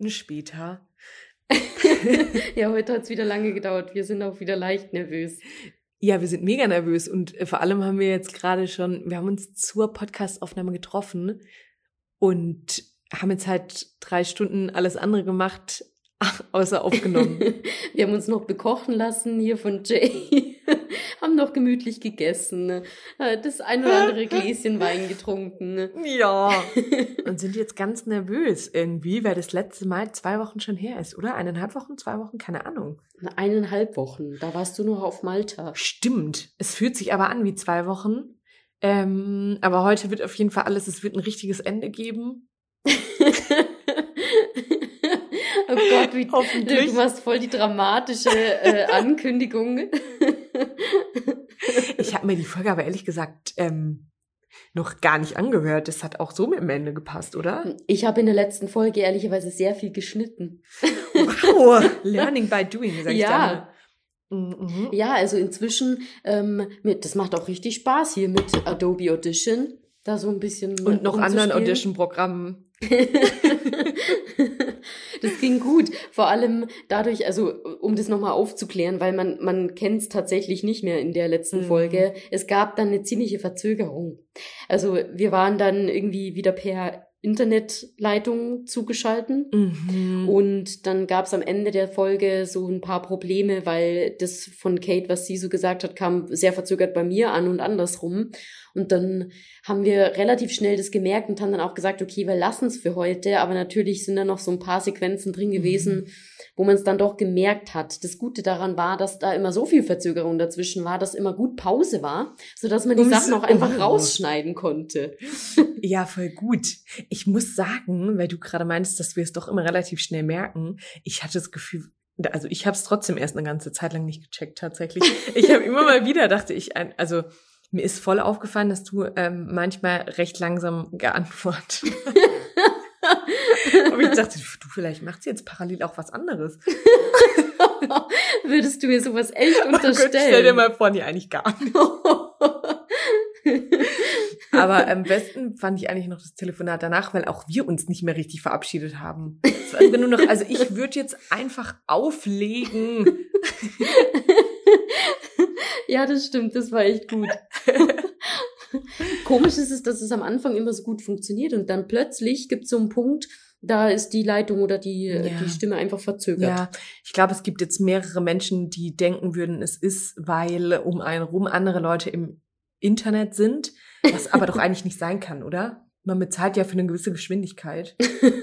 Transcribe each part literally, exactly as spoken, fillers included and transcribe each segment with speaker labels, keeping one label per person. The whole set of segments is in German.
Speaker 1: Minuten später.
Speaker 2: Ja, heute hat es wieder lange gedauert. Wir sind auch wieder leicht nervös.
Speaker 1: Ja, wir sind mega nervös und vor allem haben wir jetzt gerade schon, wir haben uns zur Podcast-Aufnahme getroffen und haben jetzt halt drei Stunden alles andere gemacht, außer aufgenommen.
Speaker 2: Wir haben uns noch bekochen lassen hier von Jay, haben noch gemütlich gegessen, das ein oder andere Gläschen Wein getrunken.
Speaker 1: Ja, und sind jetzt ganz nervös irgendwie, weil das letzte Mal zwei Wochen schon her ist, oder? Eineinhalb Wochen, zwei Wochen, keine Ahnung.
Speaker 2: Eineinhalb Wochen, da warst du noch auf Malta.
Speaker 1: Stimmt, es fühlt sich aber an wie zwei Wochen. Ähm, aber heute wird auf jeden Fall alles, es wird ein richtiges Ende geben.
Speaker 2: Oh Gott, wie, du machst voll die dramatische äh, Ankündigung.
Speaker 1: Ich habe mir die Folge aber ehrlich gesagt ähm, noch gar nicht angehört. Das hat auch so mit dem Ende gepasst, oder?
Speaker 2: Ich habe in der letzten Folge ehrlicherweise sehr viel geschnitten.
Speaker 1: Wow, learning by doing, sag ich
Speaker 2: ja.
Speaker 1: dann. Mhm.
Speaker 2: Ja, also inzwischen, ähm, mit, das macht auch richtig Spaß hier mit Adobe Audition. Da so ein bisschen
Speaker 1: und noch anderen Audition-Programmen.
Speaker 2: Das ging gut, vor allem dadurch, also um das nochmal aufzuklären, weil man man kennt es tatsächlich nicht mehr in der letzten mhm. Folge. Es gab dann eine ziemliche Verzögerung. Also wir waren dann irgendwie wieder per Internetleitung zugeschalten
Speaker 1: mhm.
Speaker 2: und dann gab es am Ende der Folge so ein paar Probleme, weil das von Kate, was sie so gesagt hat, kam sehr verzögert bei mir an und andersrum. Und dann haben wir relativ schnell das gemerkt und haben dann auch gesagt, okay, wir lassen es für heute. Aber natürlich sind da noch so ein paar Sequenzen drin gewesen, mhm. wo man es dann doch gemerkt hat. Das Gute daran war, dass da immer so viel Verzögerung dazwischen war, dass immer gut Pause war, sodass man die Sachen auch einfach rausschneiden konnte.
Speaker 1: Ja, voll gut. Ich muss sagen, weil du gerade meinst, dass wir es doch immer relativ schnell merken, ich hatte das Gefühl, also ich habe es trotzdem erst eine ganze Zeit lang nicht gecheckt tatsächlich. Ich habe immer mal wieder, dachte ich, ein, also mir ist voll aufgefallen, dass du ähm, manchmal recht langsam geantwortet hast. Aber ich dachte, du, vielleicht macht sie jetzt parallel auch was anderes.
Speaker 2: Würdest du mir sowas echt
Speaker 1: oh
Speaker 2: unterstellen?
Speaker 1: Gott, stell dir mal vor, nee, eigentlich gar nicht. Aber am besten fand ich eigentlich noch das Telefonat danach, weil auch wir uns nicht mehr richtig verabschiedet haben. Es war einfach nur noch, also ich würde jetzt einfach auflegen.
Speaker 2: Ja, das stimmt, das war echt gut. Komisch ist es, dass es am Anfang immer so gut funktioniert und dann plötzlich gibt es so einen Punkt, da ist die Leitung oder die, ja. die Stimme einfach verzögert.
Speaker 1: Ja, ich glaube, es gibt jetzt mehrere Menschen, die denken würden, es ist, weil um einen rum andere Leute im Internet sind, was aber doch eigentlich nicht sein kann, oder? Man bezahlt ja für eine gewisse Geschwindigkeit.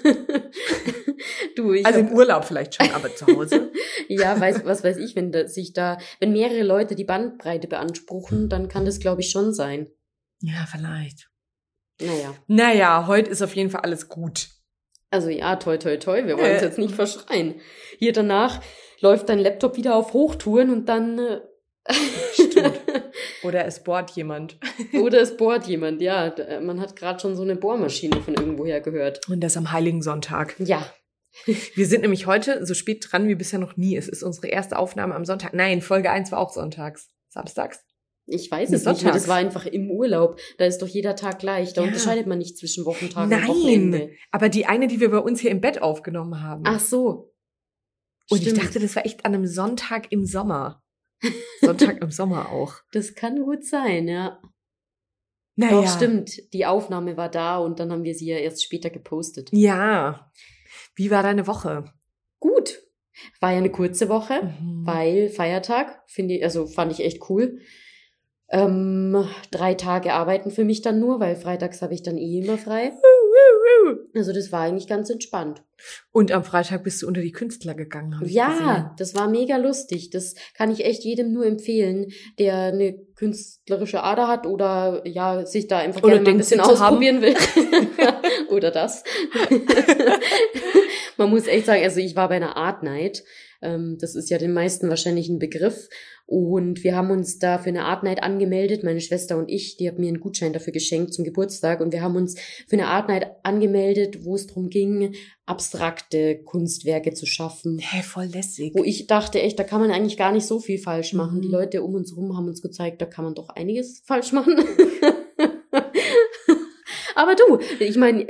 Speaker 1: Du, ich also im Urlaub vielleicht schon, aber zu Hause.
Speaker 2: Ja, weiß, was weiß ich, wenn da, sich da, wenn mehrere Leute die Bandbreite beanspruchen, dann kann das, glaube ich, schon sein.
Speaker 1: Ja, vielleicht.
Speaker 2: Naja.
Speaker 1: Naja, heute ist auf jeden Fall alles gut.
Speaker 2: Also ja, toi, toi, toi, wir wollen es äh. jetzt nicht verschreien. Hier danach läuft dein Laptop wieder auf Hochtouren und dann... Äh,
Speaker 1: Stimmt. Oder es bohrt jemand.
Speaker 2: Oder es bohrt jemand, ja. Man hat gerade schon so eine Bohrmaschine von irgendwoher gehört.
Speaker 1: Und das am Heiligen Sonntag.
Speaker 2: Ja.
Speaker 1: Wir sind nämlich heute so spät dran wie bisher noch nie. Es ist unsere erste Aufnahme am Sonntag. Nein, Folge eins war auch sonntags. Samstags.
Speaker 2: Ich weiß es nicht mehr. Das war einfach im Urlaub. Da ist doch jeder Tag gleich. Da ja. unterscheidet man nicht zwischen Wochentag
Speaker 1: Nein,
Speaker 2: und Wochenende.
Speaker 1: Nein, aber die eine, die wir bei uns hier im Bett aufgenommen haben.
Speaker 2: Ach so.
Speaker 1: Und Stimmt. Ich dachte, das war echt an einem Sonntag im Sommer. Sonntag im Sommer auch.
Speaker 2: Das kann gut sein, ja.
Speaker 1: Naja.
Speaker 2: Doch, stimmt. Die Aufnahme war da und dann haben wir sie ja erst später gepostet.
Speaker 1: Ja. Wie war deine Woche?
Speaker 2: Gut. War ja eine kurze Woche,
Speaker 1: mhm.
Speaker 2: weil Feiertag, finde ich, also fand ich echt cool. Ähm, drei Tage arbeiten für mich dann nur, weil freitags habe ich dann eh immer frei. Also das war eigentlich ganz entspannt.
Speaker 1: Und am Freitag bist du unter die Künstler gegangen, habe ich
Speaker 2: Ja,
Speaker 1: gesehen.
Speaker 2: Das war mega lustig. Das kann ich echt jedem nur empfehlen, der eine künstlerische Ader hat oder ja sich da einfach
Speaker 1: oder
Speaker 2: gerne mal ein bisschen ausprobieren will. Oder das. Man muss echt sagen, also ich war bei einer Art Night. Das ist ja den meisten wahrscheinlich ein Begriff. Und wir haben uns da für eine Art Night angemeldet, meine Schwester und ich, die hat mir einen Gutschein dafür geschenkt zum Geburtstag. Und wir haben uns für eine Art Night angemeldet, wo es darum ging, abstrakte Kunstwerke zu schaffen.
Speaker 1: Hä, hey, voll lässig.
Speaker 2: Wo ich dachte echt, da kann man eigentlich gar nicht so viel falsch machen. Mhm. Die Leute um uns rum haben uns gezeigt, da kann man doch einiges falsch machen. Aber du, ich meine,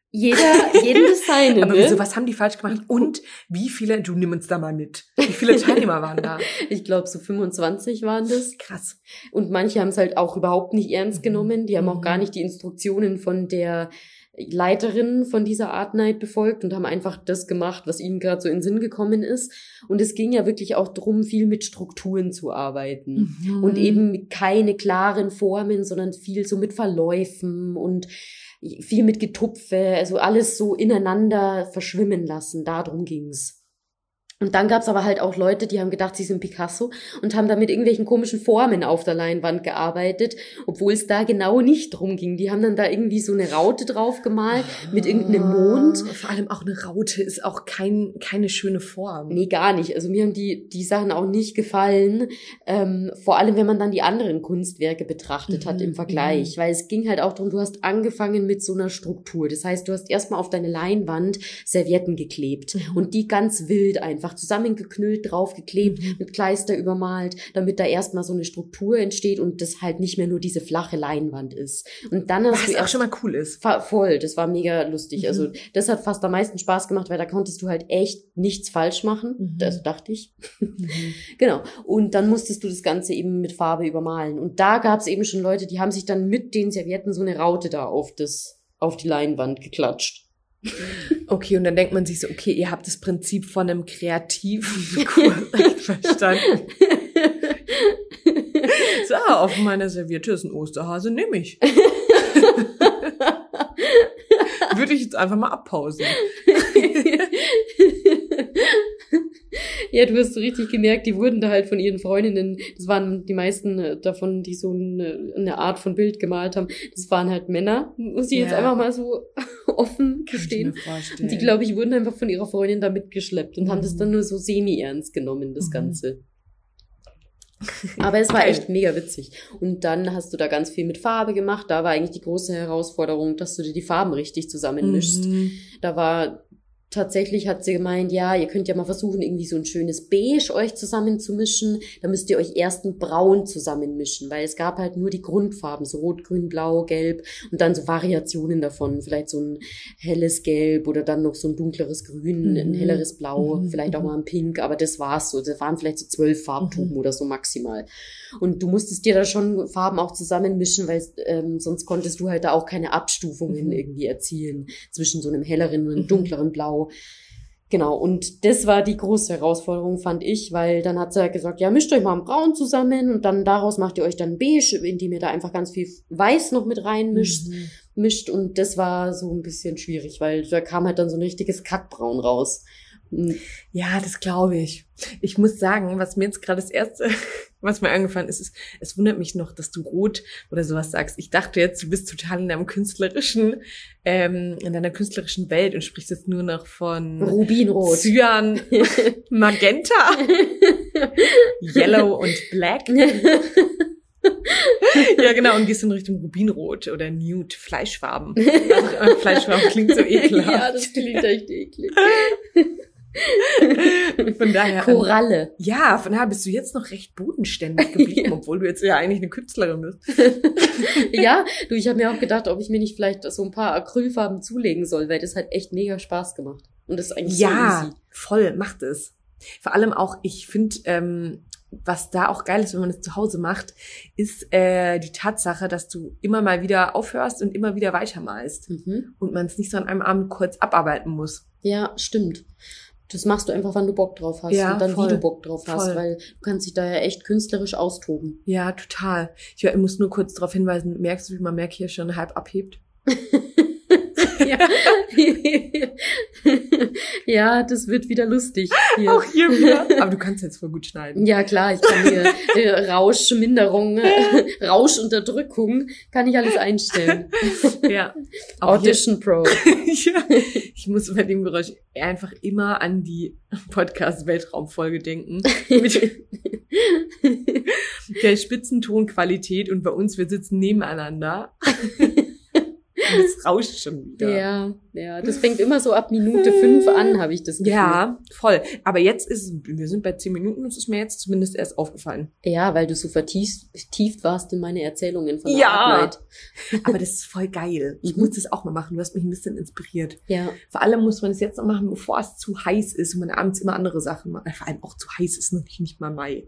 Speaker 2: Jeder, jedem das seine,
Speaker 1: Aber
Speaker 2: ne?
Speaker 1: wieso, was haben die falsch gemacht? Und wie viele, du nimm uns da mal mit. Wie viele Teilnehmer waren da?
Speaker 2: Ich glaube, so fünfundzwanzig waren das.
Speaker 1: Krass.
Speaker 2: Und manche haben es halt auch überhaupt nicht ernst genommen. Die haben
Speaker 1: Mhm.
Speaker 2: auch gar nicht die Instruktionen von der Leiterin von dieser Art Night befolgt und haben einfach das gemacht, was ihnen gerade so in den Sinn gekommen ist. Und es ging ja wirklich auch darum, viel mit Strukturen zu arbeiten.
Speaker 1: Mhm.
Speaker 2: Und eben keine klaren Formen, sondern viel so mit Verläufen und viel mit Getupfe, also alles so ineinander verschwimmen lassen. Darum ging's. Und dann gab's aber halt auch Leute, die haben gedacht, sie sind Picasso und haben da mit irgendwelchen komischen Formen auf der Leinwand gearbeitet, obwohl es da genau nicht drum ging. Die haben dann da irgendwie so eine Raute drauf gemalt mit irgendeinem Mond.
Speaker 1: Vor allem auch eine Raute ist auch kein, keine schöne Form.
Speaker 2: Nee, gar nicht. Also mir haben die, die Sachen auch nicht gefallen. Ähm, vor allem, wenn man dann die anderen Kunstwerke betrachtet
Speaker 1: Mhm.
Speaker 2: hat im Vergleich. Weil es ging halt auch darum, du hast angefangen mit so einer Struktur. Das heißt, du hast erstmal auf deine Leinwand Servietten geklebt.
Speaker 1: Mhm.
Speaker 2: Und die ganz wild einfach zusammengeknüllt, draufgeklebt,
Speaker 1: Mhm.
Speaker 2: mit Kleister übermalt, damit da erstmal so eine Struktur entsteht und das halt nicht mehr nur diese flache Leinwand ist. Und dann hast
Speaker 1: Was
Speaker 2: du
Speaker 1: auch
Speaker 2: erst
Speaker 1: schon mal cool ist.
Speaker 2: Fa- Voll, das war mega lustig.
Speaker 1: Mhm.
Speaker 2: Also das hat fast am meisten Spaß gemacht, weil da konntest du halt echt nichts falsch machen.
Speaker 1: Mhm.
Speaker 2: Das dachte ich.
Speaker 1: Mhm.
Speaker 2: Genau. Und dann musstest du das Ganze eben mit Farbe übermalen. Und da gab es eben schon Leute, die haben sich dann mit den Servietten so eine Raute da auf das, auf die Leinwand geklatscht.
Speaker 1: Okay, und dann denkt man sich so, okay, ihr habt das Prinzip von einem kreativen Kurs verstanden. So, auf meiner Serviette ist ein Osterhase, nehme ich. Würde ich jetzt einfach mal abpausen.
Speaker 2: Ja, du hast so richtig gemerkt, die wurden da halt von ihren Freundinnen, das waren die meisten äh, davon, die so eine, eine Art von Bild gemalt haben, das waren halt Männer, muss ich jetzt
Speaker 1: Ja.
Speaker 2: einfach mal so offen
Speaker 1: Kann ich
Speaker 2: gestehen.
Speaker 1: mir vorstellen.
Speaker 2: Und die, glaube ich, wurden einfach von ihrer Freundin da mitgeschleppt und
Speaker 1: Mhm.
Speaker 2: haben das dann nur so semi-ernst genommen, das
Speaker 1: Mhm.
Speaker 2: Ganze. Aber es war
Speaker 1: Geil.
Speaker 2: echt mega witzig. Und dann hast du da ganz viel mit Farbe gemacht. Da war eigentlich die große Herausforderung, dass du dir die Farben richtig zusammenmischst.
Speaker 1: Mhm.
Speaker 2: Da war tatsächlich, hat sie gemeint, ja, ihr könnt ja mal versuchen, irgendwie so ein schönes Beige euch zusammenzumischen. Da müsst ihr euch erst ein Braun zusammenmischen, weil es gab halt nur die Grundfarben, so Rot, Grün, Blau, Gelb und dann so Variationen davon. Vielleicht so ein helles Gelb oder dann noch so ein dunkleres Grün,
Speaker 1: Mhm.
Speaker 2: ein helleres Blau,
Speaker 1: Mhm.
Speaker 2: vielleicht auch
Speaker 1: Mhm.
Speaker 2: mal ein Pink, aber das war's so. Das waren vielleicht so zwölf Farbtuben
Speaker 1: Mhm.
Speaker 2: oder so maximal. Und du musstest dir da schon Farben auch zusammenmischen, weil ähm, sonst konntest du halt da auch keine Abstufungen
Speaker 1: Mhm.
Speaker 2: irgendwie erzielen zwischen so einem helleren und einem
Speaker 1: Mhm.
Speaker 2: dunkleren Blau. Genau, und das war die große Herausforderung, fand ich, weil dann hat sie halt gesagt, ja, mischt euch mal ein Braun zusammen und dann daraus macht ihr euch dann Beige, indem ihr da einfach ganz viel Weiß noch mit reinmischt.
Speaker 1: Mhm.
Speaker 2: mischt und das war so ein bisschen schwierig, weil da kam halt dann so ein richtiges Kackbraun raus. Und
Speaker 1: Ja, das glaube ich. Ich muss sagen, was mir jetzt gerade das Erste, was mir angefallen ist, ist, es wundert mich noch, dass du rot oder sowas sagst. Ich dachte jetzt, du bist total in deinem künstlerischen, ähm, in deiner künstlerischen Welt und sprichst jetzt nur noch von
Speaker 2: Rubinrot.
Speaker 1: Cyan, Magenta, Yellow und Black. Ja, genau, und gehst in Richtung Rubinrot oder Nude, Fleischfarben. Ach, Fleischfarben klingt so ekelhaft.
Speaker 2: Ja, das klingt echt eklig.
Speaker 1: Von daher.
Speaker 2: Koralle.
Speaker 1: Ja, von daher bist du jetzt noch recht bodenständig geblieben, obwohl du jetzt ja eigentlich eine Künstlerin bist.
Speaker 2: Ja, du, ich habe mir auch gedacht, ob ich mir nicht vielleicht so ein paar Acrylfarben zulegen soll, weil das hat echt mega Spaß gemacht. Und das ist eigentlich so
Speaker 1: Ja,
Speaker 2: easy.
Speaker 1: voll, macht es. Vor allem auch, ich finde, ähm, was da auch geil ist, wenn man es zu Hause macht, ist äh, die Tatsache, dass du immer mal wieder aufhörst und immer wieder weitermalst.
Speaker 2: Mhm.
Speaker 1: Und man es nicht so an einem Abend kurz abarbeiten muss.
Speaker 2: Ja, stimmt. Das machst du einfach, wann du Bock drauf hast
Speaker 1: Ja,
Speaker 2: und dann
Speaker 1: voll.
Speaker 2: wie du Bock drauf hast,
Speaker 1: Voll.
Speaker 2: weil du kannst dich da ja echt künstlerisch austoben.
Speaker 1: Ja, total. Ich muss nur kurz darauf hinweisen, merkst du, wie man Merk hier schon halb abhebt?
Speaker 2: Ja. Ja, das wird wieder lustig. Hier.
Speaker 1: Auch hier wieder. Aber du kannst jetzt voll gut schneiden.
Speaker 2: Ja, klar, ich kann hier äh, Rauschminderung, äh, Rauschunterdrückung, kann ich alles einstellen.
Speaker 1: Ja. Auch hier,
Speaker 2: Audition Pro.
Speaker 1: ja. Ich muss bei dem Geräusch einfach immer an die Podcast-Weltraumfolge denken. Mit der Spitzentonqualität und bei uns, wir sitzen nebeneinander. Und es rauscht schon wieder.
Speaker 2: Ja, ja, das fängt immer so ab Minute fünf an, habe ich das Gefühl.
Speaker 1: Ja, voll. Aber jetzt ist, wir sind bei zehn Minuten, das ist mir jetzt zumindest erst aufgefallen.
Speaker 2: Ja, weil du so vertieft, vertieft warst in meine Erzählungen von der
Speaker 1: Ja.
Speaker 2: Arbeit.
Speaker 1: Aber das ist voll geil. Ich
Speaker 2: Mhm.
Speaker 1: muss das auch mal machen. Du hast mich ein bisschen inspiriert.
Speaker 2: Ja.
Speaker 1: Vor allem muss man es jetzt noch machen, bevor es zu heiß ist und man abends immer andere Sachen macht. Vor allem auch zu heiß ist natürlich nicht mal Mai.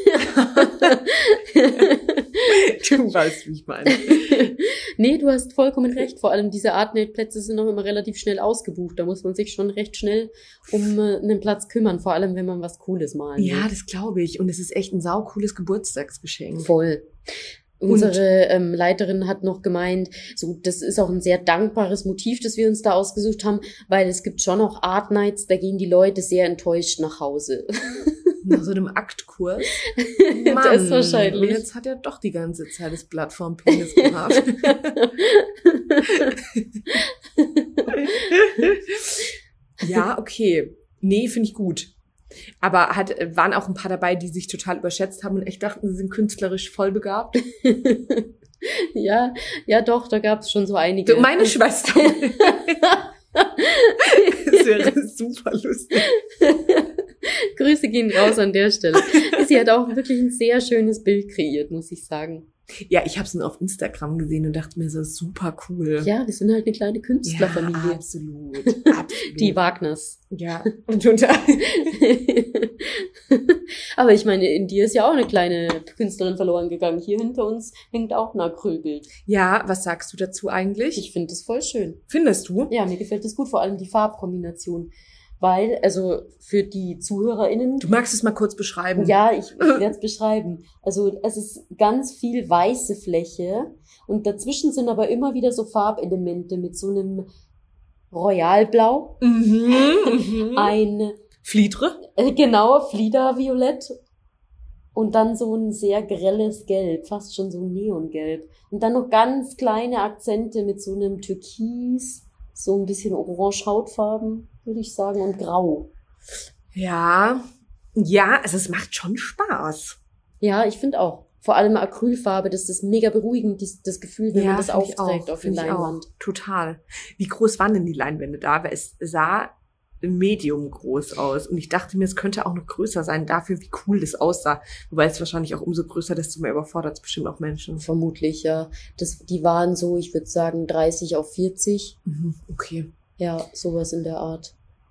Speaker 1: Du weißt, wie ich meine.
Speaker 2: Nee, du hast vollkommen recht. Vor allem diese Artnet-Plätze sind noch immer relativ schnell ausgebucht. Da muss man sich schon recht schnell um äh, einen Platz kümmern. Vor allem, wenn man was Cooles malen will.
Speaker 1: Ja, das glaube ich. Und es ist echt ein saucooles Geburtstagsgeschenk.
Speaker 2: Voll. Unsere ähm, Leiterin hat noch gemeint, so das ist auch ein sehr dankbares Motiv, das wir uns da ausgesucht haben, weil es gibt schon auch Art Nights, da gehen die Leute sehr enttäuscht nach Hause.
Speaker 1: Nach so einem Aktkurs.
Speaker 2: Das wahrscheinlich.
Speaker 1: Und jetzt hat er doch die ganze Zeit das Blatt vorm Penis gehabt. Ja, okay. Nee, finde ich gut. Aber hat, waren auch ein paar dabei, die sich total überschätzt haben und echt dachten, sie sind künstlerisch voll begabt.
Speaker 2: Ja, ja doch, da gab es schon so einige.
Speaker 1: Du, meine Schwester. Das wäre super lustig.
Speaker 2: Grüße gehen raus an der Stelle. Sie hat auch wirklich ein sehr schönes Bild kreiert, muss ich sagen.
Speaker 1: Ja, ich habe es nur auf Instagram gesehen und dachte mir so, super cool.
Speaker 2: Ja, wir sind halt eine kleine Künstlerfamilie.
Speaker 1: Ja, absolut. absolut.
Speaker 2: Die Wagners.
Speaker 1: Ja, und total.
Speaker 2: Aber ich meine, in dir ist ja auch eine kleine Künstlerin verloren gegangen. Hier hinter uns hängt auch ein Acrylbild.
Speaker 1: Ja, was sagst du dazu eigentlich?
Speaker 2: Ich finde das voll schön.
Speaker 1: Findest du?
Speaker 2: Ja, mir gefällt das gut, vor allem die Farbkombination. Weil, also für die ZuhörerInnen,
Speaker 1: Du magst es mal kurz beschreiben.
Speaker 2: ja, ich, ich werde es beschreiben. Also es ist ganz viel weiße Fläche und dazwischen sind aber immer wieder so Farbelemente mit so einem Royalblau,
Speaker 1: Mhm, mhm.
Speaker 2: ein,
Speaker 1: Fliedre?
Speaker 2: äh, genau, Fliederviolett und dann so ein sehr grelles Gelb, fast schon so ein Neongelb. Und dann noch ganz kleine Akzente mit so einem Türkis, so ein bisschen orange-Hautfarben, würde ich sagen, und grau.
Speaker 1: Ja. Ja, also es macht schon Spaß.
Speaker 2: Ja, ich finde auch. Vor allem Acrylfarbe, das ist mega beruhigend, das, das Gefühl, wenn man das
Speaker 1: find ich
Speaker 2: aufträgt
Speaker 1: auch,
Speaker 2: auf der
Speaker 1: find ich
Speaker 2: Leinwand.
Speaker 1: auch. Total. Wie groß waren denn die Leinwände da? Weil es sah medium groß aus. Und ich dachte mir, es könnte auch noch größer sein, dafür, wie cool das aussah. Wobei es wahrscheinlich auch umso größer, desto mehr überfordert es bestimmt auch Menschen.
Speaker 2: Vermutlich, ja. Das, die waren so, ich würde sagen, dreißig auf vierzig.
Speaker 1: Mhm, okay.
Speaker 2: Ja, sowas in der Art.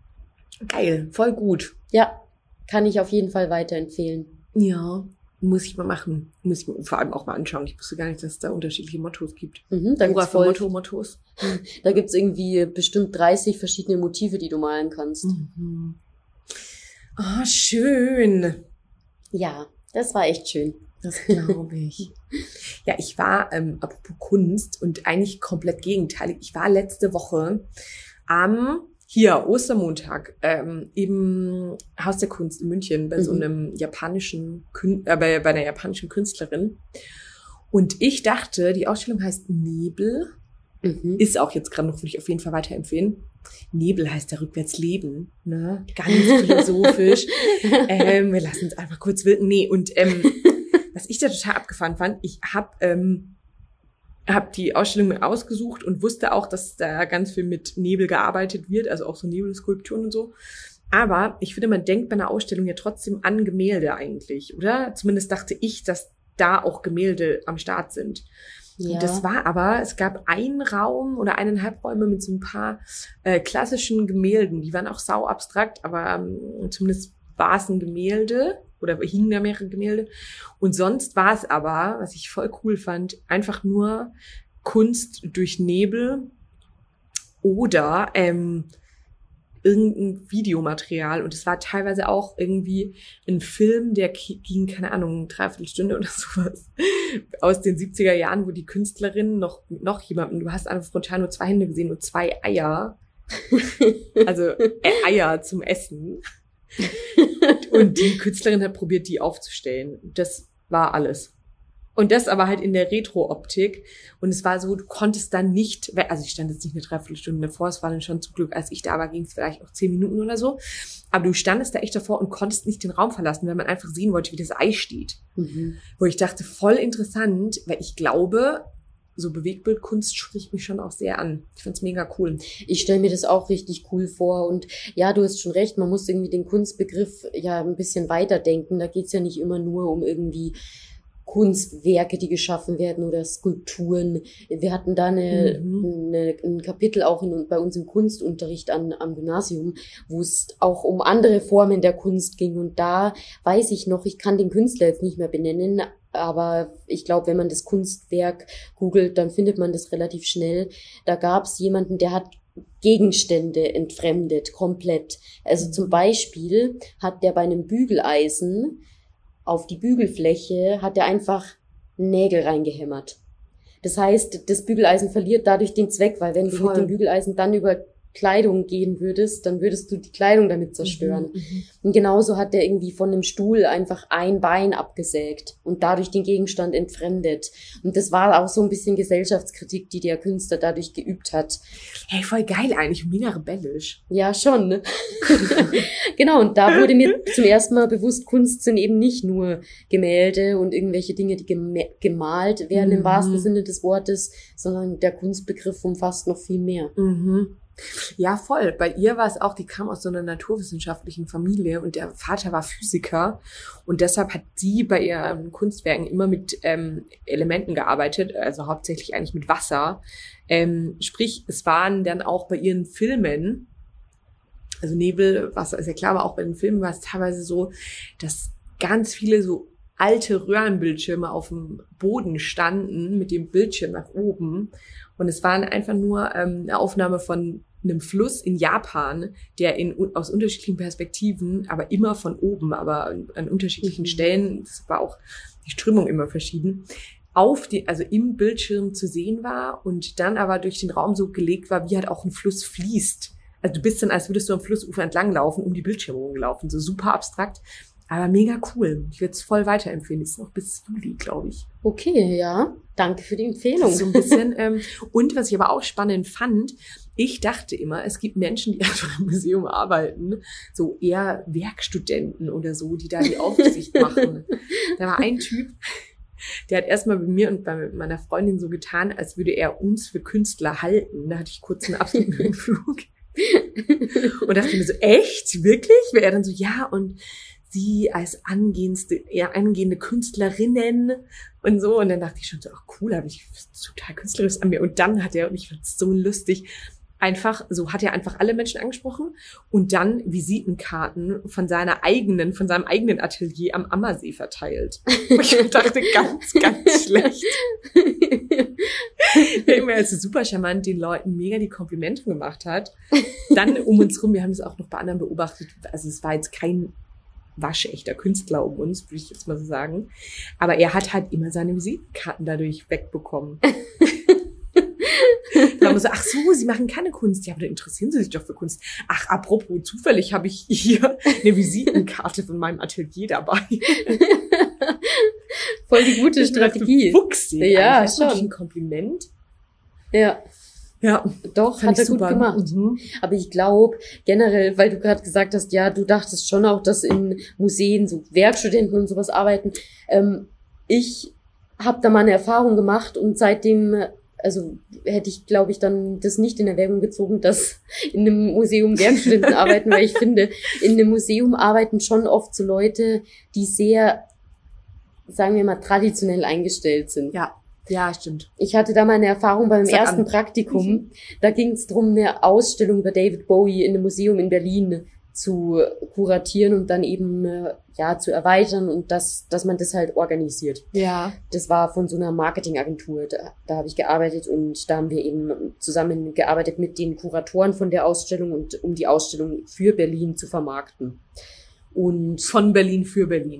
Speaker 1: Geil, voll gut.
Speaker 2: Ja, kann ich auf jeden Fall weiterempfehlen.
Speaker 1: Ja, muss ich mal machen. Muss ich mir vor allem auch mal anschauen. Ich wusste gar nicht, dass es da unterschiedliche Mottos gibt.
Speaker 2: Mhm, da
Speaker 1: Hurra
Speaker 2: gibt's
Speaker 1: für
Speaker 2: voll,
Speaker 1: Motto, Mottos.
Speaker 2: da gibt's irgendwie bestimmt dreißig verschiedene Motive, die du malen kannst.
Speaker 1: Mhm. Ah, schön.
Speaker 2: Ja, das war echt schön.
Speaker 1: Das glaube ich. Ja, ich war, ähm, apropos Kunst und eigentlich komplett gegenteilig. Ich war letzte Woche am, hier, Ostermontag, ähm, im Haus der Kunst in München bei so
Speaker 2: Mhm.
Speaker 1: einem japanischen, Kün äh, bei, bei einer japanischen Künstlerin. Und ich dachte, die Ausstellung heißt Nebel.
Speaker 2: Mhm.
Speaker 1: Ist auch jetzt gerade noch, würde ich auf jeden Fall weiterempfehlen. Nebel heißt ja rückwärts Leben, ne? Ganz philosophisch. ähm, wir lassen es einfach kurz wirken. Nee, und ähm, was ich da total abgefahren fand, ich habe ähm, hab die Ausstellung mir ausgesucht und wusste auch, dass da ganz viel mit Nebel gearbeitet wird, also auch so Nebelskulpturen und so. Aber ich finde, man denkt bei einer Ausstellung ja trotzdem an Gemälde eigentlich, oder? Zumindest dachte ich, dass da auch Gemälde am Start sind.
Speaker 2: Ja.
Speaker 1: Und das war aber, es gab einen Raum oder eineinhalb Räume mit so ein paar äh, klassischen Gemälden. Die waren auch sau abstrakt, aber ähm, zumindest war es ein Gemälde oder hingen da mehrere Gemälde. Und sonst war es aber, was ich voll cool fand, einfach nur Kunst durch Nebel oder ähm, irgendein Videomaterial. Und es war teilweise auch irgendwie ein Film, der ging, keine Ahnung, eine Dreiviertelstunde oder sowas, aus den siebziger Jahren, wo die Künstlerin noch, noch jemanden, du hast einfach spontan nur zwei Hände gesehen und zwei Eier, also äh, Eier zum Essen. Und die Künstlerin hat probiert, die aufzustellen. Das war alles. Und das aber halt in der Retro-Optik. Und es war so, du konntest dann nicht, also ich stand jetzt nicht eine Dreiviertelstunde davor, es war dann schon zum Glück, als ich da war, ging es vielleicht noch zehn Minuten oder so. Aber du standest da echt davor und konntest nicht den Raum verlassen, weil man einfach sehen wollte, wie das Ei steht.
Speaker 2: Mhm.
Speaker 1: Wo ich dachte, voll interessant, weil ich glaube, so Bewegtbildkunst spricht mich schon auch sehr an. Ich find's mega cool.
Speaker 2: Ich stelle mir das auch richtig cool vor und ja, du hast schon recht, man muss irgendwie den Kunstbegriff ja ein bisschen weiterdenken. Da geht's ja nicht immer nur um irgendwie Kunstwerke, die geschaffen werden oder Skulpturen. Wir hatten da eine, mhm. eine, ein Kapitel auch in, bei uns im Kunstunterricht an, am Gymnasium, wo es auch um andere Formen der Kunst ging. Und da weiß ich noch, ich kann den Künstler jetzt nicht mehr benennen, aber ich glaube, wenn man das Kunstwerk googelt, dann findet man das relativ schnell. Da gab es jemanden, der hat Gegenstände entfremdet, komplett. Also zum Beispiel hat der bei einem Bügeleisen auf die Bügelfläche hat er einfach Nägel reingehämmert. Das heißt, das Bügeleisen verliert dadurch den Zweck, weil wenn du Voll. mit dem Bügeleisen dann über Kleidung gehen würdest, dann würdest du die Kleidung damit zerstören. Mhm, und genauso hat er irgendwie von einem Stuhl einfach ein Bein abgesägt und dadurch den Gegenstand entfremdet. Und das war auch so ein bisschen Gesellschaftskritik, die der Künstler dadurch geübt hat.
Speaker 1: Hey, voll geil eigentlich, mega rebellisch.
Speaker 2: Ja, schon. Ne? Genau, und da wurde mir zum ersten Mal bewusst, Kunst sind eben nicht nur Gemälde und irgendwelche Dinge, die gem- gemalt werden mhm. im wahrsten Sinne des Wortes, sondern der Kunstbegriff umfasst noch viel mehr.
Speaker 1: Mhm. Ja, voll. Bei ihr war es auch, die kam aus so einer naturwissenschaftlichen Familie und der Vater war Physiker und deshalb hat sie bei ihren Kunstwerken immer mit ähm, Elementen gearbeitet, also hauptsächlich eigentlich mit Wasser. Ähm, sprich, es waren dann auch bei ihren Filmen, also Nebel, Wasser ist ja klar, aber auch bei den Filmen war es teilweise so, dass ganz viele so alte Röhrenbildschirme auf dem Boden standen mit dem Bildschirm nach oben. Und es war einfach nur ähm, eine Aufnahme von einem Fluss in Japan, der in aus unterschiedlichen Perspektiven, aber immer von oben, aber an, an unterschiedlichen mhm. Stellen, das war auch die Strömung immer verschieden, auf die, also im Bildschirm zu sehen war und dann aber durch den Raum so gelegt war, wie halt auch ein Fluss fließt. Also du bist dann, als würdest du am Flussufer entlang laufen, um die Bildschirme rumgelaufen, so super abstrakt. Aber mega cool. Ich würde es voll weiterempfehlen. Das ist noch bis Juli, glaube ich.
Speaker 2: Okay, ja. Danke für die Empfehlung.
Speaker 1: So ein bisschen. Ähm, und was ich aber auch spannend fand, ich dachte immer, es gibt Menschen, die einfach im Museum arbeiten, so eher Werkstudenten oder so, die da die Aufsicht machen. Da war ein Typ, der hat erstmal bei mir und bei meiner Freundin so getan, als würde er uns für Künstler halten. Da hatte ich kurz einen absoluten Höhenflug. Und dachte mir so, echt? Wirklich? Wäre er dann so, ja, und sie als angehendste, eher angehende Künstlerinnen und so. Und dann dachte ich schon so, ach cool, habe ich total künstlerisch an mir. Und dann hat er, und ich fand es so lustig, einfach, so hat er einfach alle Menschen angesprochen und dann Visitenkarten von seiner eigenen, von seinem eigenen Atelier am Ammersee verteilt. Und ich dachte, ganz, ganz schlecht. Der immer als super charmant den Leuten mega die Komplimente gemacht hat. Dann um uns rum, wir haben es auch noch bei anderen beobachtet, also es war jetzt kein waschechter Künstler um uns, würde ich jetzt mal so sagen. Aber er hat halt immer seine Visitenkarten dadurch wegbekommen. Da haben wir so, ach so, Sie machen keine Kunst. Ja, aber dann interessieren Sie sich doch für Kunst. Ach, apropos, zufällig habe ich hier eine Visitenkarte von meinem Atelier dabei.
Speaker 2: Voll die gute ich Strategie.
Speaker 1: Fuchsig.
Speaker 2: Ja,
Speaker 1: das ist
Speaker 2: schon.
Speaker 1: Ein Kompliment.
Speaker 2: Ja.
Speaker 1: Ja,
Speaker 2: doch, hat er super gut gemacht. Mhm. Aber ich glaube, generell, weil du gerade gesagt hast, ja, du dachtest schon auch, dass in Museen so Werkstudenten und sowas arbeiten. Ähm, ich habe da mal eine Erfahrung gemacht und seitdem, also hätte ich, glaube ich, dann das nicht in Erwägung gezogen, dass in einem Museum Werkstudenten arbeiten, weil ich finde, in einem Museum arbeiten schon oft so Leute, die sehr, sagen wir mal, traditionell eingestellt sind.
Speaker 1: Ja. Ja, stimmt.
Speaker 2: Ich hatte da mal eine Erfahrung beim
Speaker 1: Sag
Speaker 2: ersten
Speaker 1: an.
Speaker 2: Praktikum. Da ging es darum, eine Ausstellung über David Bowie in einem Museum in Berlin zu kuratieren und dann eben äh, ja zu erweitern und dass dass man das halt organisiert.
Speaker 1: Ja.
Speaker 2: Das war von so einer Marketingagentur. Da, da habe ich gearbeitet und da haben wir eben zusammen gearbeitet mit den Kuratoren von der Ausstellung und um die Ausstellung für Berlin zu vermarkten. Und
Speaker 1: von Berlin für Berlin.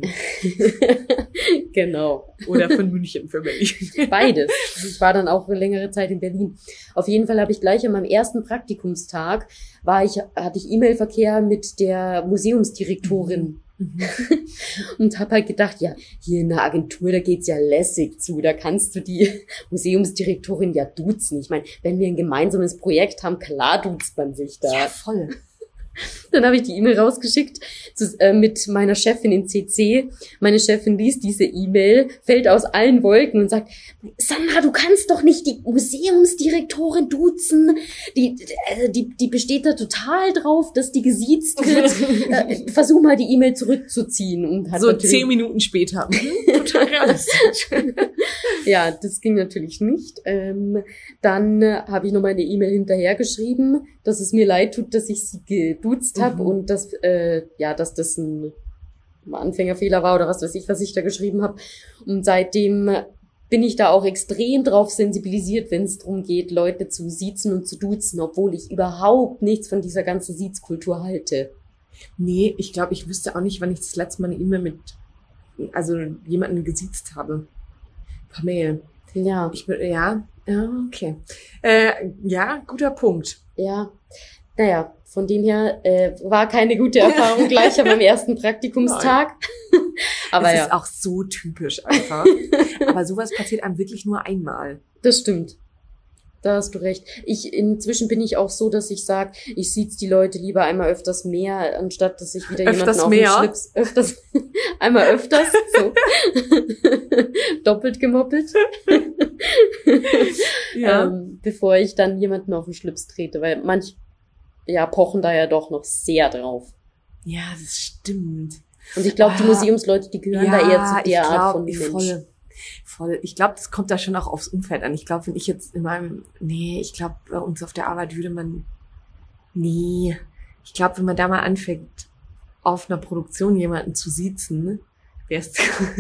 Speaker 2: Genau.
Speaker 1: Oder von München für Berlin.
Speaker 2: Beides. Ich war dann auch eine längere Zeit in Berlin. Auf jeden Fall habe ich gleich an meinem ersten Praktikumstag war ich, hatte ich E-Mail-Verkehr mit der Museumsdirektorin. Mhm. Und habe halt gedacht, ja, hier in der Agentur, da geht's ja lässig zu. Da kannst du die Museumsdirektorin ja duzen. Ich meine, wenn wir ein gemeinsames Projekt haben, klar duzt man sich da.
Speaker 1: Ja, voll.
Speaker 2: Dann habe ich die E-Mail rausgeschickt zu, äh, mit meiner Chefin in C C. Meine Chefin liest diese E-Mail, fällt aus allen Wolken und sagt, Sandra, du kannst doch nicht die Museumsdirektorin duzen. Die, äh, die, die besteht da total drauf, dass die gesiezt wird. äh, versuch mal, die E-Mail zurückzuziehen. Und hat
Speaker 1: so zehn Minuten später. Total realistisch.
Speaker 2: Ja, das ging natürlich nicht. Ähm, dann äh, habe ich nochmal eine E-Mail hinterhergeschrieben, dass es mir leid tut, dass ich sie geduzt habe
Speaker 1: Mhm.
Speaker 2: und dass, äh, ja, dass das ein Anfängerfehler war oder was weiß ich, was ich da geschrieben habe. Und seitdem bin ich da auch extrem drauf sensibilisiert, wenn es darum geht, Leute zu siezen und zu duzen, obwohl ich überhaupt nichts von dieser ganzen Siezkultur halte.
Speaker 1: Nee, ich glaube, ich wüsste auch nicht, wann ich das letzte Mal eine E-Mail mit, also jemanden gesiezt habe. Per Mail.
Speaker 2: Ja,
Speaker 1: Ich bin, ja, ja, okay. Äh, ja, guter Punkt.
Speaker 2: ja. Naja, von dem her äh, war keine gute Erfahrung gleich an meinem ersten Praktikumstag. Aber
Speaker 1: es
Speaker 2: ja,
Speaker 1: ist auch so typisch einfach. Aber sowas passiert einem wirklich nur einmal.
Speaker 2: das stimmt. Da hast du recht. Ich, inzwischen bin ich auch so, dass ich sage, ich siez die Leute lieber einmal öfters mehr, anstatt dass ich wieder
Speaker 1: Öfters
Speaker 2: jemanden auf
Speaker 1: mehr?
Speaker 2: den Schlips, öfters, einmal öfters, so. Doppelt gemoppelt.
Speaker 1: Ja.
Speaker 2: ähm, bevor ich dann jemanden auf den Schlips trete, weil manch, ja, pochen da ja doch noch sehr drauf.
Speaker 1: Ja, das stimmt.
Speaker 2: Und ich glaube, die
Speaker 1: Ah,
Speaker 2: Museumsleute, die gehören da eher zu der
Speaker 1: ich
Speaker 2: Art
Speaker 1: glaub,
Speaker 2: von
Speaker 1: ich
Speaker 2: Mensch.
Speaker 1: voll, voll. Ich glaube, das kommt da schon auch aufs Umfeld an. Ich glaube, wenn ich jetzt in meinem, nee, ich glaube, bei uns auf der Arbeit würde man, nee, ich glaube, wenn man da mal anfängt, auf einer Produktion jemanden zu siezen, wärst du,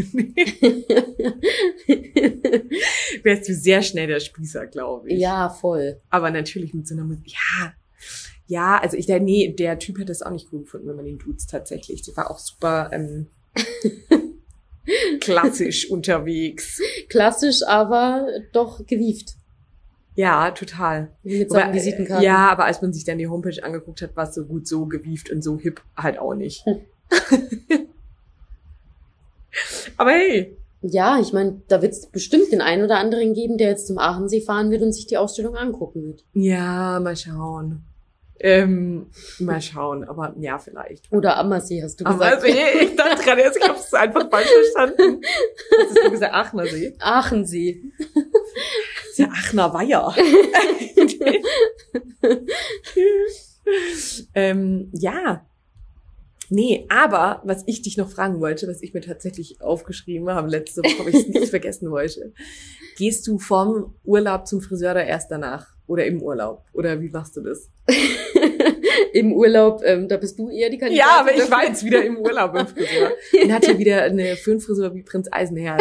Speaker 1: wärst du sehr schnell der Spießer, glaube ich.
Speaker 2: Ja, voll.
Speaker 1: Aber natürlich mit so einer Musik, ja, ja, also ich, der, nee, der Typ hätte es auch nicht gut gefunden, wenn man den duzt, tatsächlich. Der war auch super, ähm, klassisch unterwegs.
Speaker 2: Klassisch, aber doch gewieft.
Speaker 1: Ja, total.
Speaker 2: Mit
Speaker 1: Wobei,
Speaker 2: seinen Visitenkarten.
Speaker 1: ja, aber als man sich dann die Homepage angeguckt hat, war es so gut so gewieft und so hip halt auch nicht. Aber hey.
Speaker 2: Ja, ich meine, da wird es bestimmt den einen oder anderen geben, der jetzt zum Aachensee fahren wird und sich die Ausstellung angucken wird.
Speaker 1: Ja, mal schauen. Ähm, mal schauen, aber ja, vielleicht.
Speaker 2: Oder Ammersee, hast du
Speaker 1: Aber
Speaker 2: gesagt.
Speaker 1: also, ich dachte gerade erst, ich habe es einfach falsch verstanden. Das ist, du gesagt, Aachener See.
Speaker 2: Aachensee.
Speaker 1: Das ist ja Aachener Weiher. ähm, ja. Nee, aber was ich dich noch fragen wollte, was ich mir tatsächlich aufgeschrieben habe, letzte Woche, ob ich es nicht vergessen wollte. Gehst du vom Urlaub zum Friseur oder erst danach? Oder im Urlaub? Oder wie machst du das?
Speaker 2: Im Urlaub, ähm, da bist du eher die Kandidatin.
Speaker 1: Ja, aber ich
Speaker 2: dafür.
Speaker 1: war jetzt wieder im Urlaub im Friseur. Und hatte wieder eine Föhnfrisur wie Prinz Eisenherz.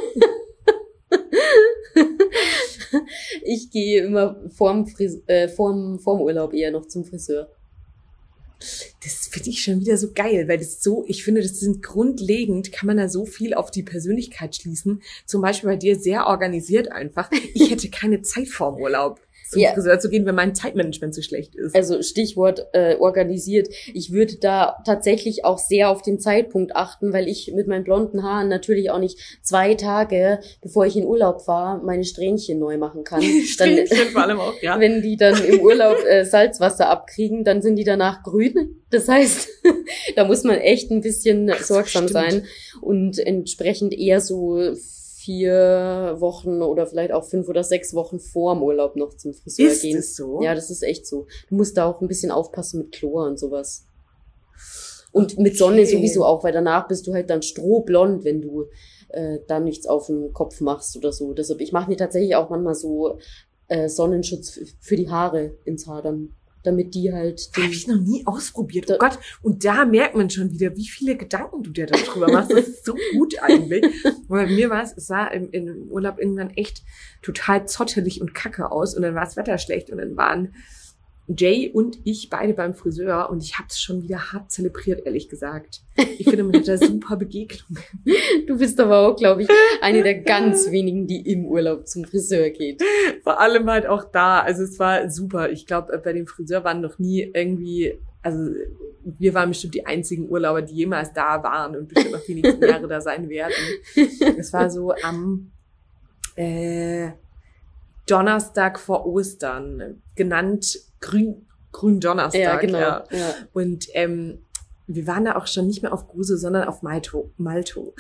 Speaker 2: Ich gehe immer vorm, Fris äh, vorm, vorm Urlaub eher noch zum Friseur.
Speaker 1: Das finde ich schon wieder so geil, weil das so, ich finde, das sind grundlegend, kann man da so viel auf die Persönlichkeit schließen. Zum Beispiel bei dir sehr organisiert einfach. Ich hätte keine Zeit vorm Urlaub zum
Speaker 2: Ja.
Speaker 1: Friseur zu gehen, wenn mein Zeitmanagement so schlecht ist.
Speaker 2: Also Stichwort äh, organisiert. Ich würde da tatsächlich auch sehr auf den Zeitpunkt achten, weil ich mit meinen blonden Haaren natürlich auch nicht zwei Tage, bevor ich in Urlaub fahre, meine Strähnchen neu machen kann.
Speaker 1: Strähnchen vor allem auch, ja.
Speaker 2: Wenn die dann im Urlaub äh, Salzwasser abkriegen, dann sind die danach grün. Das heißt, da muss man echt ein bisschen
Speaker 1: Ach so,
Speaker 2: sorgsam
Speaker 1: stimmt.
Speaker 2: sein und entsprechend eher so vier Wochen oder vielleicht auch fünf oder sechs Wochen vor dem Urlaub noch zum Friseur
Speaker 1: Ist
Speaker 2: gehen.
Speaker 1: es so?
Speaker 2: Ja, das ist echt so. Du musst da auch ein bisschen aufpassen mit Chlor und sowas. Und mit Sonne
Speaker 1: Okay.
Speaker 2: sowieso auch, weil danach bist du halt dann strohblond, wenn du äh, da nichts auf dem Kopf machst oder so. Deshalb, ich mache mir tatsächlich auch manchmal so äh, Sonnenschutz f- für die Haare ins Haar, dann, damit die halt
Speaker 1: Habe
Speaker 2: den,
Speaker 1: ich noch nie ausprobiert.
Speaker 2: Da-
Speaker 1: Oh Gott. Und da merkt man schon wieder, wie viele Gedanken du dir darüber machst. Das ist so gut eigentlich. Weil bei mir war es, es sah im, im Urlaub irgendwann echt total zottelig und kacke aus. Und dann war das Wetter schlecht. Und dann waren Jay und ich beide beim Friseur. Und ich habe es schon wieder hart zelebriert, ehrlich gesagt. Ich finde, man hat da super Begegnungen.
Speaker 2: Du bist aber auch, glaube ich, eine der ganz wenigen, die im Urlaub zum Friseur geht.
Speaker 1: Vor allem halt auch da. Also es war super. Ich glaube, bei dem Friseur waren noch nie irgendwie, also wir waren bestimmt die einzigen Urlauber, die jemals da waren und bestimmt noch die nächsten Jahre da sein werden. Es war so am äh, Donnerstag vor Ostern, genannt Grün, Gründonnerstag.
Speaker 2: Ja, genau.
Speaker 1: Ja.
Speaker 2: Ja.
Speaker 1: Und ähm, wir waren da auch schon nicht mehr auf Gruse, sondern auf Malto. Malto.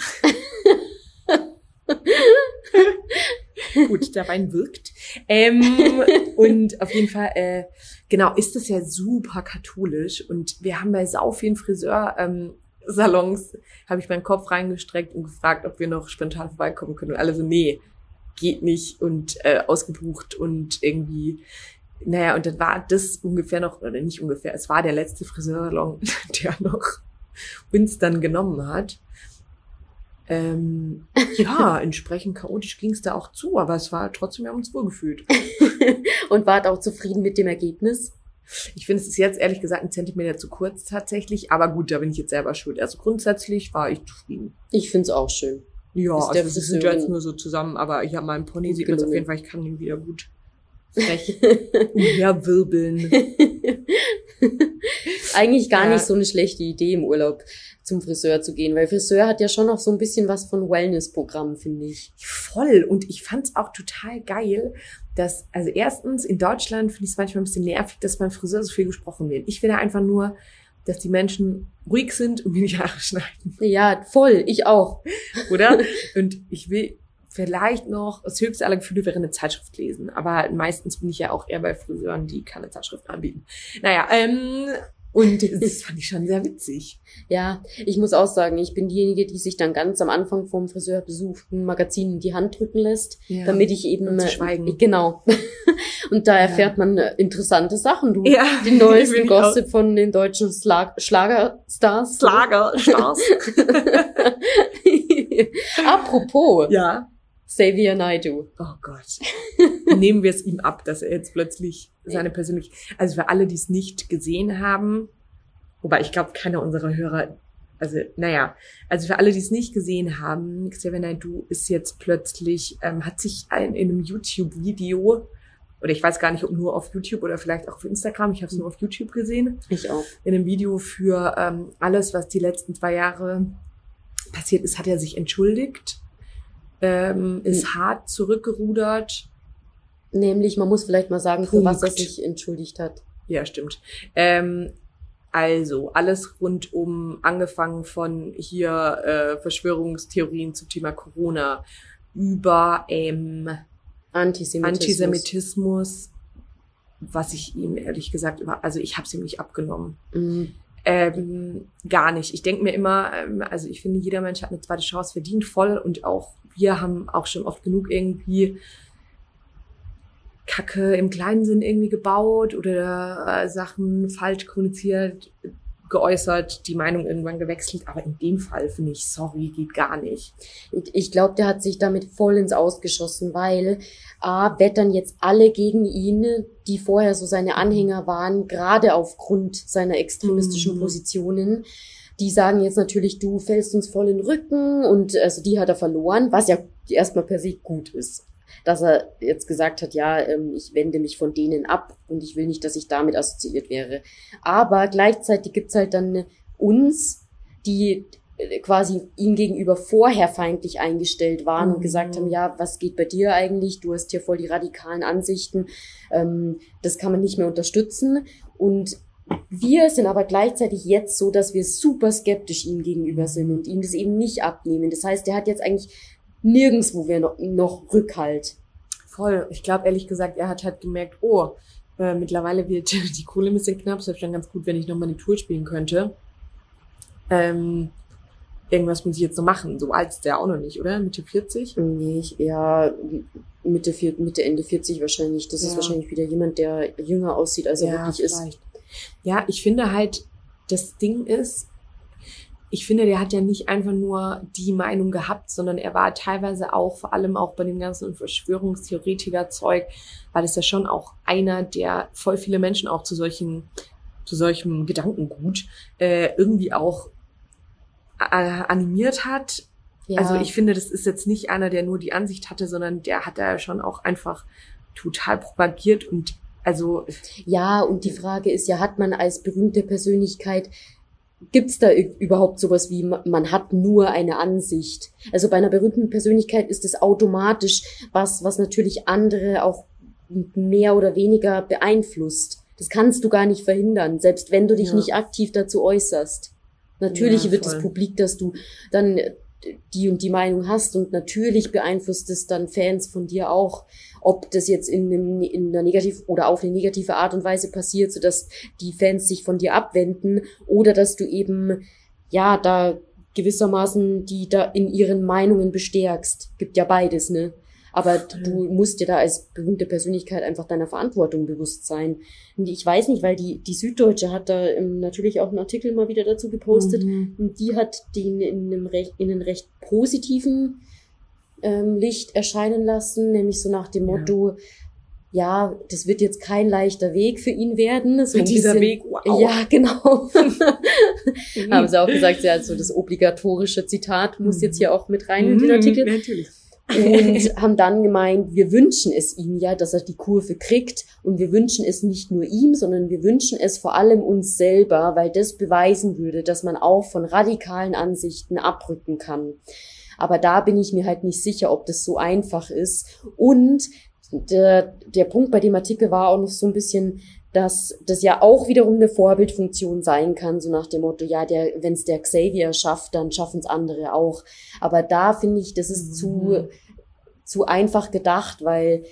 Speaker 1: Gut, der Wein wirkt. Ähm, und auf jeden Fall, äh, genau, ist das ja super katholisch. Und wir haben bei sau vielen Friseursalons, ähm, habe ich meinen Kopf reingestreckt und gefragt, ob wir noch spontan vorbeikommen können. Und alle so, nee, geht nicht und äh, ausgebucht und irgendwie, naja, und dann war das ungefähr noch, oder nicht ungefähr, es war der letzte Friseursalon, der noch uns dann genommen hat. Ähm, ja, entsprechend chaotisch ging es da auch zu, aber es war trotzdem, wir haben uns wohlgefühlt.
Speaker 2: Und wart auch zufrieden mit dem Ergebnis?
Speaker 1: Ich finde, es ist jetzt ehrlich gesagt ein Zentimeter zu kurz tatsächlich, aber gut, da bin ich jetzt selber schuld. Also grundsätzlich war ich zufrieden.
Speaker 2: Ich find's auch schön.
Speaker 1: Ja,
Speaker 2: Ist
Speaker 1: also
Speaker 2: der
Speaker 1: wir sind
Speaker 2: Friseurin
Speaker 1: ja jetzt nur so zusammen, aber ich habe meinen Pony, sieht man auf jeden Fall, ich kann ihn wieder gut frech umherwirbeln.
Speaker 2: Eigentlich gar
Speaker 1: Ja.
Speaker 2: nicht so eine schlechte Idee im Urlaub zum Friseur zu gehen, weil Friseur hat ja schon noch so ein bisschen was von Wellness-Programm, finde ich.
Speaker 1: Voll. Und ich fand's auch total geil, dass, also erstens, in Deutschland finde ich es manchmal ein bisschen nervig, dass beim Friseur so viel gesprochen wird. Ich will einfach nur, dass die Menschen ruhig sind und mir die Haare schneiden,
Speaker 2: Ja, voll, ich auch.
Speaker 1: oder? Und ich will vielleicht noch, das höchste aller Gefühle wäre eine Zeitschrift lesen. Aber meistens bin ich ja auch eher bei Friseuren, die keine Zeitschriften anbieten. Naja, ähm, und das fand ich schon sehr witzig.
Speaker 2: Ja, ich muss auch sagen, ich bin diejenige, die sich dann ganz am Anfang vom Friseurbesuch ein Magazin in die Hand drücken lässt,
Speaker 1: Ja,
Speaker 2: damit ich eben...
Speaker 1: um zu
Speaker 2: äh,
Speaker 1: schweigen.
Speaker 2: Genau. Und da erfährt man äh, interessante Sachen, du.
Speaker 1: Ja,
Speaker 2: Den neuesten
Speaker 1: bin ich auch.
Speaker 2: Gossip von den deutschen Schlag Schlagerstars.
Speaker 1: Schlager, Stars.
Speaker 2: Apropos,
Speaker 1: Ja.
Speaker 2: Xavier Naidoo.
Speaker 1: Oh Gott. Nehmen wir es ihm ab, dass er jetzt plötzlich seine persönliche, also für alle, die es nicht gesehen haben, wobei ich glaube, keiner unserer Hörer, also naja, also für alle, die es nicht gesehen haben, Xavier Naidoo ist jetzt plötzlich, ähm, hat sich ein, in einem YouTube-Video, oder ich weiß gar nicht, ob nur auf YouTube oder vielleicht auch auf Instagram, ich habe es nur auf YouTube gesehen,
Speaker 2: Ich auch.
Speaker 1: in einem Video für ähm, alles, was die letzten zwei Jahre passiert ist, hat er sich entschuldigt. Ähm, ist hart zurückgerudert.
Speaker 2: Nämlich, man muss vielleicht mal sagen, für was er
Speaker 1: Punkt.
Speaker 2: sich entschuldigt hat.
Speaker 1: Ja, stimmt. Ähm, also, alles rund um, angefangen von hier äh, Verschwörungstheorien zum Thema Corona über ähm,
Speaker 2: Antisemitismus.
Speaker 1: Antisemitismus, was ich ihm ehrlich gesagt über, also ich habe es ihm nicht abgenommen.
Speaker 2: Mhm.
Speaker 1: Ähm, gar nicht. Ich denke mir immer, ähm, also ich finde, jeder Mensch hat eine zweite Chance verdient, voll. Und auch wir haben auch schon oft genug irgendwie Kacke im kleinen Sinn irgendwie gebaut oder äh, Sachen falsch kommuniziert, geäußert, die Meinung irgendwann gewechselt. Aber in dem Fall finde ich, sorry, geht gar nicht.
Speaker 2: Ich glaube, der hat sich damit voll ins Ausgeschossen, weil A, wettern jetzt alle gegen ihn, die vorher so seine Anhänger waren, gerade aufgrund seiner extremistischen
Speaker 1: Mhm.
Speaker 2: Positionen. Die sagen jetzt natürlich, du fällst uns voll in den Rücken und also die hat er verloren, was ja erstmal per se gut ist. Dass er jetzt gesagt hat, ja, ähm, ich wende mich von denen ab und ich will nicht, dass ich damit assoziiert wäre. Aber gleichzeitig gibt's halt dann uns, die äh, quasi ihm gegenüber vorher feindlich eingestellt waren
Speaker 1: Mhm.
Speaker 2: und gesagt haben, ja, was geht bei dir eigentlich? Du hast hier voll die radikalen Ansichten. Ähm, das kann man nicht mehr unterstützen. Und wir sind aber gleichzeitig jetzt so, dass wir super skeptisch ihm gegenüber sind und ihm das eben nicht abnehmen. Das heißt, er hat jetzt eigentlich nirgendwo wir noch, noch Rückhalt.
Speaker 1: Voll. Ich glaube, ehrlich gesagt, er hat halt gemerkt, oh, äh, mittlerweile wird die Kohle ein bisschen knapp. Es wäre schon ganz gut, wenn ich nochmal eine Tour spielen könnte. Ähm, irgendwas muss ich jetzt noch machen. So alt ist der auch noch nicht, oder? Mitte vierzig?
Speaker 2: Nee, ich, ja, Mitte, vier, Mitte, Ende vierzig wahrscheinlich. Das
Speaker 1: Ja.
Speaker 2: ist wahrscheinlich wieder jemand, der jünger aussieht, als er wirklich ist.
Speaker 1: vielleicht. Ja, ich finde halt, das Ding ist, ich finde, der hat ja nicht einfach nur die Meinung gehabt, sondern er war teilweise auch, vor allem auch bei dem ganzen Verschwörungstheoretiker-Zeug, war das ja schon auch einer, der voll viele Menschen auch zu solchen, zu solchem Gedankengut äh, irgendwie auch äh, animiert hat.
Speaker 2: Ja.
Speaker 1: Also ich finde, das ist jetzt nicht einer, der nur die Ansicht hatte, sondern der hat da ja schon auch einfach total propagiert und also
Speaker 2: Ja, und die Frage ist ja, hat man als berühmte Persönlichkeit, gibt's da ü- überhaupt sowas wie, ma- man hat nur eine Ansicht? Also bei einer berühmten Persönlichkeit ist es automatisch was, was natürlich andere auch m- mehr oder weniger beeinflusst. Das kannst du gar nicht verhindern, selbst wenn du dich
Speaker 1: Ja.
Speaker 2: nicht aktiv dazu äußerst. Natürlich
Speaker 1: Ja,
Speaker 2: wird
Speaker 1: voll.
Speaker 2: es publik, dass du dann die und die Meinung hast und natürlich beeinflusst es dann Fans von dir auch, ob das jetzt in, einem, in einer negativ oder auf eine negative Art und Weise passiert, sodass die Fans sich von dir abwenden oder dass du eben, ja, da gewissermaßen die da in ihren Meinungen bestärkst. Gibt ja beides, ne? Aber du musst dir da als berühmte Persönlichkeit einfach deiner Verantwortung bewusst sein. Und ich weiß nicht, weil die, die Süddeutsche hat da ähm, natürlich auch einen Artikel mal wieder dazu gepostet.
Speaker 1: Mhm.
Speaker 2: Und die hat den in einem recht, in einem recht positiven ähm, Licht erscheinen lassen, nämlich so nach dem
Speaker 1: Ja.
Speaker 2: Motto, ja, das wird jetzt kein leichter Weg für ihn werden. So ein
Speaker 1: Dieser
Speaker 2: bisschen,
Speaker 1: Weg, wow.
Speaker 2: Ja, genau. Haben sie auch gesagt, ja, also das obligatorische Zitat muss jetzt hier auch mit rein in den Artikel.
Speaker 1: Natürlich.
Speaker 2: Und haben dann gemeint, wir wünschen es ihm ja, dass er die Kurve kriegt. Und wir wünschen es nicht nur ihm, sondern wir wünschen es vor allem uns selber, weil das beweisen würde, dass man auch von radikalen Ansichten abrücken kann. Aber da bin ich mir halt nicht sicher, ob das so einfach ist. Und der, der Punkt bei dem Artikel war auch noch so ein bisschen, dass das ja auch wiederum eine Vorbildfunktion sein kann, so nach dem Motto, ja, der, wenn es der Xavier schafft, dann schaffen es andere auch. Aber da finde ich, das ist
Speaker 1: Mhm.
Speaker 2: zu, zu einfach gedacht, weil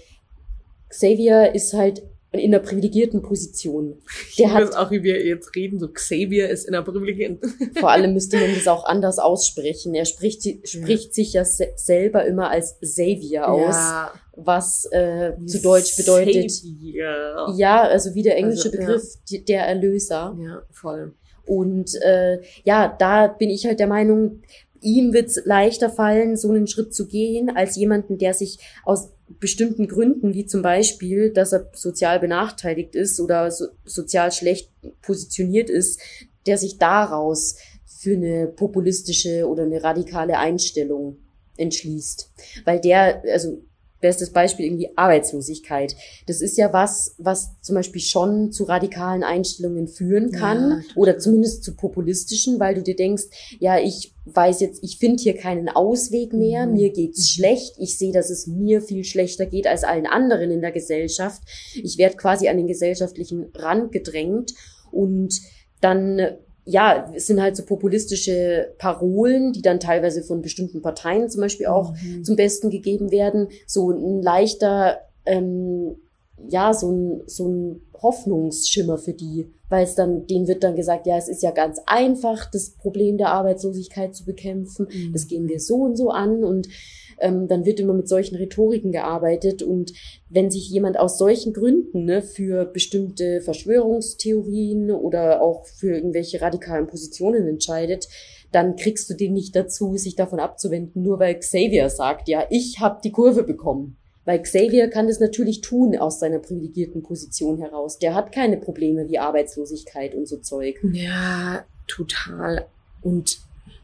Speaker 2: Xavier ist halt in einer privilegierten Position. Der
Speaker 1: Ich
Speaker 2: hat,
Speaker 1: weiß auch, wie wir jetzt reden, so Xavier ist in einer privilegierten.
Speaker 2: vor allem müsste man das auch anders aussprechen. Er spricht, spricht sich ja se- selber immer als Xavier aus,
Speaker 1: Ja,
Speaker 2: was äh, zu Deutsch bedeutet,
Speaker 1: Savior.
Speaker 2: ja, also wie der englische
Speaker 1: Also, ja.
Speaker 2: Begriff, die, der Erlöser.
Speaker 1: Ja, voll.
Speaker 2: Und äh, ja, da bin ich halt der Meinung, ihm wird's leichter fallen, so einen Schritt zu gehen, als jemanden, der sich aus bestimmten Gründen, wie zum Beispiel, dass er sozial benachteiligt ist oder so, sozial schlecht positioniert ist, der sich daraus für eine populistische oder eine radikale Einstellung entschließt. Weil der, also bestes Beispiel irgendwie Arbeitslosigkeit. Das ist ja was, was zum Beispiel schon zu radikalen Einstellungen führen kann
Speaker 1: Ja, total.
Speaker 2: oder zumindest zu populistischen, weil du dir denkst, ja, ich weiß jetzt, ich finde hier keinen Ausweg mehr,
Speaker 1: Mhm.
Speaker 2: mir geht's schlecht, ich sehe, dass es mir viel schlechter geht als allen anderen in der Gesellschaft. Ich werde quasi an den gesellschaftlichen Rand gedrängt und dann ja, es sind halt so populistische Parolen, die dann teilweise von bestimmten Parteien zum Beispiel auch
Speaker 1: Mhm.
Speaker 2: zum Besten gegeben werden. So ein leichter, ähm, ja, so ein, so ein Hoffnungsschimmer für die, weil es dann, denen wird dann gesagt, ja, es ist ja ganz einfach, das Problem der Arbeitslosigkeit zu bekämpfen.
Speaker 1: Mhm.
Speaker 2: Das gehen wir so und so an und ähm, dann wird immer mit solchen Rhetoriken gearbeitet und wenn sich jemand aus solchen Gründen ne, für bestimmte Verschwörungstheorien oder auch für irgendwelche radikalen Positionen entscheidet, dann kriegst du den nicht dazu, sich davon abzuwenden, nur weil Xavier sagt, ja, ich habe die Kurve bekommen. Weil Xavier kann das natürlich tun aus seiner privilegierten Position heraus. Der hat keine Probleme wie Arbeitslosigkeit und so Zeug.
Speaker 1: Ja, total. Und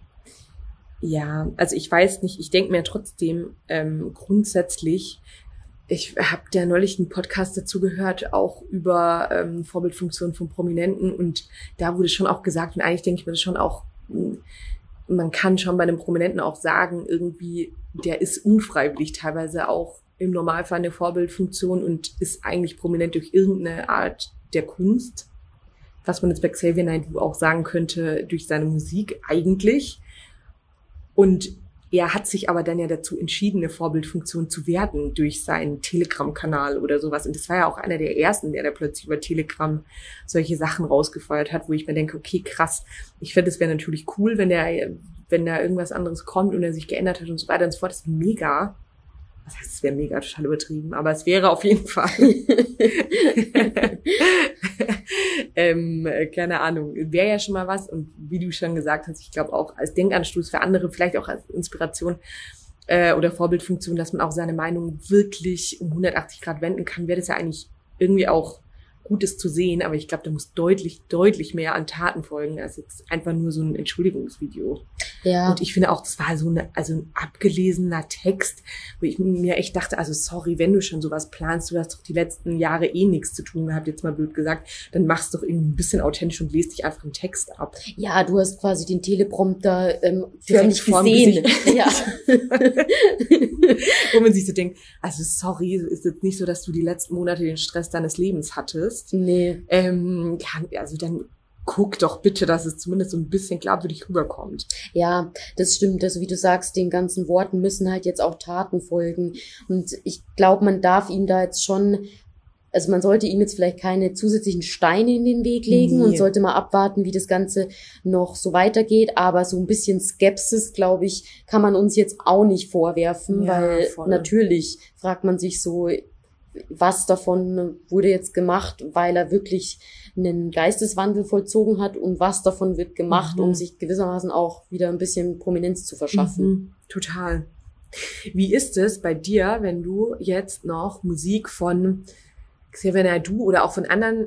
Speaker 1: ja, also ich weiß nicht, ich denke mir trotzdem ähm, grundsätzlich, ich habe ja neulich einen Podcast dazu gehört, auch über ähm, Vorbildfunktionen von Prominenten und da wurde schon auch gesagt, und eigentlich denke ich mir das schon auch, mh, man kann schon bei einem Prominenten auch sagen, irgendwie, der ist unfreiwillig teilweise auch im Normalfall eine Vorbildfunktion und ist eigentlich prominent durch irgendeine Art der Kunst, was man jetzt bei Xavier Naidoo auch sagen könnte, durch seine Musik eigentlich. Und er hat sich aber dann ja dazu entschieden, eine Vorbildfunktion zu werden durch seinen Telegram-Kanal oder sowas. Und das war ja auch einer der ersten, der da plötzlich über Telegram solche Sachen rausgefeuert hat, wo ich mir denke, okay, krass. Ich finde, es wäre natürlich cool, wenn der, wenn da irgendwas anderes kommt und er sich geändert hat und so weiter und so fort. Das ist mega. Was heißt, es wäre mega total übertrieben, aber es wäre auf jeden Fall. ähm, keine Ahnung, wäre ja schon mal was. Und wie du schon gesagt hast, ich glaube auch als Denkanstoß für andere, vielleicht auch als Inspiration äh, oder Vorbildfunktion, dass man auch seine Meinung wirklich um hundertachtzig Grad wenden kann, wäre das ja eigentlich irgendwie auch Gutes zu sehen. Aber ich glaube, da muss deutlich, deutlich mehr an Taten folgen, als jetzt einfach nur so ein Entschuldigungsvideo.
Speaker 2: Ja.
Speaker 1: Und ich finde auch, das war so eine, also ein abgelesener Text, wo ich mir echt dachte, also sorry, wenn du schon sowas planst, du hast doch die letzten Jahre eh nichts zu tun gehabt, jetzt mal blöd gesagt, dann mach's doch irgendwie ein bisschen authentisch und lest dich einfach einen Text ab.
Speaker 2: Ja, du hast quasi den Teleprompter ähm,
Speaker 1: Direkt
Speaker 2: förmlich gesehen. Ja.
Speaker 1: Wo man sich so denkt, also sorry, ist jetzt nicht so, dass du die letzten Monate den Stress deines Lebens hattest.
Speaker 2: Nee.
Speaker 1: Ähm, kann, also dann guck doch bitte, dass es zumindest so ein bisschen glaubwürdig rüberkommt.
Speaker 2: Ja, das stimmt. Also wie du sagst, den ganzen Worten müssen halt jetzt auch Taten folgen. Und ich glaube, man darf ihm da jetzt schon, also man sollte ihm jetzt vielleicht keine zusätzlichen Steine in den Weg legen nee. und sollte mal abwarten, wie das Ganze noch so weitergeht. Aber so ein bisschen Skepsis, glaube ich, kann man uns jetzt auch nicht vorwerfen, ja, weil voll. Natürlich fragt man sich so, was davon wurde jetzt gemacht, weil er wirklich einen Geisteswandel vollzogen hat und was davon wird gemacht, mhm. um sich gewissermaßen auch wieder ein bisschen Prominenz zu verschaffen.
Speaker 1: Mhm, total. Wie ist es bei dir, wenn du jetzt noch Musik von Xavier Naidoo oder auch von anderen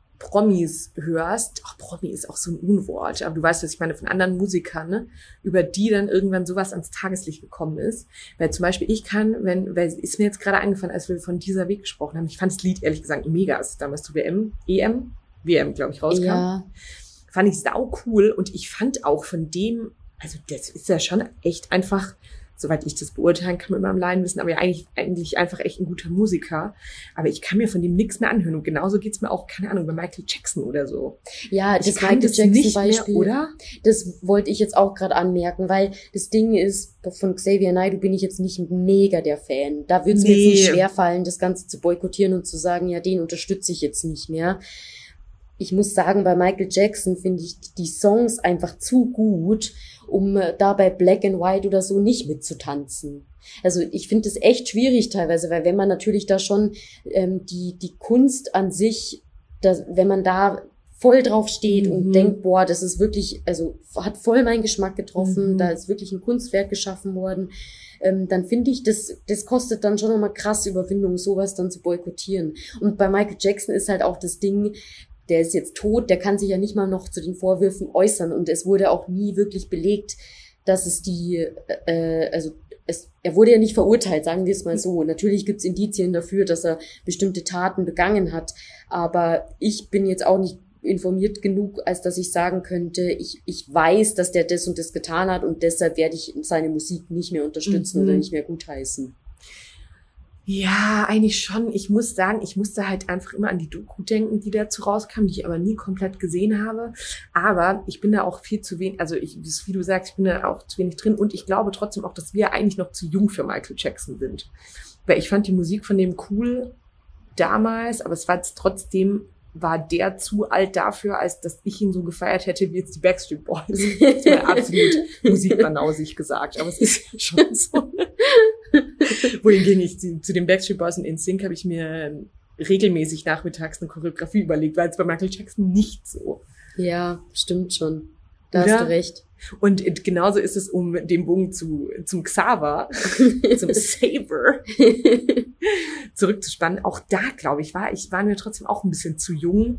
Speaker 1: Promis hörst? Ach, Promi ist auch so ein Unwort, aber du weißt, was ich meine, von anderen Musikern, ne? Über die dann irgendwann sowas ans Tageslicht gekommen ist. Weil zum Beispiel ich kann, wenn, weil ist mir jetzt gerade eingefallen, als wir von Dieser Weg gesprochen haben, ich fand das Lied ehrlich gesagt mega, als es damals zu W M, E M, W M, glaube ich, rauskam. Ja. Fand ich sau cool und ich fand auch von dem, also das ist ja schon echt einfach, soweit ich das beurteilen kann mit meinem Laienwissen, aber ja eigentlich, eigentlich einfach echt ein guter Musiker. Aber ich kann mir von dem nichts mehr anhören. Und genauso geht's mir auch, keine Ahnung, bei Michael Jackson oder so.
Speaker 2: Ja, das Michael Jackson Beispiel, mehr, oder? Das wollte ich jetzt auch gerade anmerken, weil das Ding ist, von Xavier Naidoo bin ich jetzt nicht mega der Fan. Da würde es nee. mir jetzt nicht schwerfallen, das Ganze zu boykottieren und zu sagen, ja, den unterstütze ich jetzt nicht mehr. Ich muss sagen, bei Michael Jackson finde ich die Songs einfach zu gut, um da bei Black and White oder so nicht mitzutanzen. Also ich finde es echt schwierig teilweise, weil wenn man natürlich da schon ähm, die die Kunst an sich, das, wenn man da voll drauf steht mhm. und denkt, boah, das ist wirklich, also hat voll meinen Geschmack getroffen, mhm. da ist wirklich ein Kunstwerk geschaffen worden, ähm, dann finde ich, das das kostet dann schon nochmal krass Überwindung, sowas dann zu boykottieren. Und bei Michael Jackson ist halt auch das Ding, der ist jetzt tot, der kann sich ja nicht mal noch zu den Vorwürfen äußern und es wurde auch nie wirklich belegt, dass es die, äh, also es, er wurde ja nicht verurteilt, sagen wir es mal so. Natürlich gibt's Indizien dafür, dass er bestimmte Taten begangen hat, aber ich bin jetzt auch nicht informiert genug, als dass ich sagen könnte, ich ich weiß, dass der das und das getan hat und deshalb werde ich seine Musik nicht mehr unterstützen mhm. oder nicht mehr gutheißen.
Speaker 1: Ja, eigentlich schon. Ich muss sagen, ich musste halt einfach immer an die Doku denken, die dazu rauskam, die ich aber nie komplett gesehen habe. Aber ich bin da auch viel zu wenig, also ich, wie du sagst, ich bin da auch zu wenig drin und ich glaube trotzdem auch, dass wir eigentlich noch zu jung für Michael Jackson sind. Weil ich fand die Musik von dem cool damals, aber es war jetzt trotzdem, war der zu alt dafür, als dass ich ihn so gefeiert hätte, wie jetzt die Backstreet Boys. Das war absolut musikbanausig gesagt, aber es ist ja schon so. Wohingegen ich zu, zu den Backstreet Boys und N Sync habe ich mir regelmäßig nachmittags eine Choreografie überlegt, weil es bei Michael Jackson nicht so.
Speaker 2: Ja, stimmt schon. Da
Speaker 1: Oder?
Speaker 2: Hast du recht.
Speaker 1: Und genauso ist es um den Bogen zu zum Xaver, zum Saber zurückzuspannen. Auch da, glaube ich, war ich waren wir trotzdem auch ein bisschen zu jung,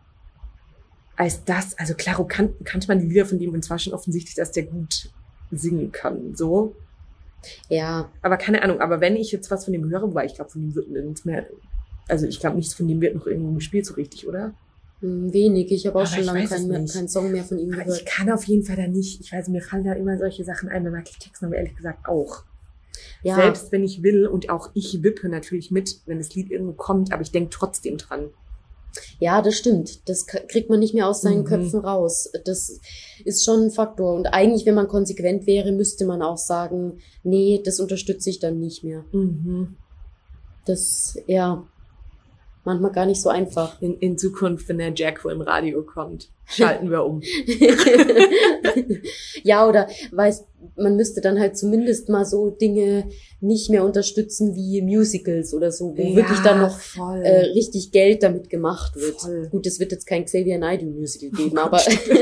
Speaker 1: als das, also klar, kan, kannte man die Lieder von dem und zwar schon offensichtlich, dass der gut singen kann, so.
Speaker 2: Ja.
Speaker 1: Aber keine Ahnung, aber wenn ich jetzt was von dem höre, wobei ich glaube, von dem wird nichts mehr, also ich glaube, nichts von dem wird noch irgendwo gespielt so richtig, oder?
Speaker 2: Wenig, ich habe auch
Speaker 1: aber
Speaker 2: schon lange keinen kein Song mehr von ihm
Speaker 1: aber
Speaker 2: gehört.
Speaker 1: Ich kann auf jeden Fall da nicht, ich weiß, mir fallen da immer solche Sachen ein, bei Michael Jackson aber ehrlich gesagt auch. Ja. Selbst wenn ich will und auch ich wippe natürlich mit, wenn das Lied irgendwo kommt, aber ich denke trotzdem dran.
Speaker 2: Ja, das stimmt. Das kriegt man nicht mehr aus seinen mhm. Köpfen raus. Das ist schon ein Faktor. Und eigentlich, wenn man konsequent wäre, müsste man auch sagen, nee, das unterstütze ich dann nicht mehr.
Speaker 1: Mhm.
Speaker 2: Das, ja, manchmal gar nicht so einfach.
Speaker 1: In, in Zukunft, wenn der Jack wohl im Radio kommt, schalten wir um.
Speaker 2: Ja, oder weiß, man müsste dann halt zumindest mal so Dinge nicht mehr unterstützen wie Musicals oder so, wo ja, wirklich dann noch äh, richtig Geld damit gemacht wird. Voll. Gut, es wird jetzt kein Xavier Naidoo Musical geben, oh aber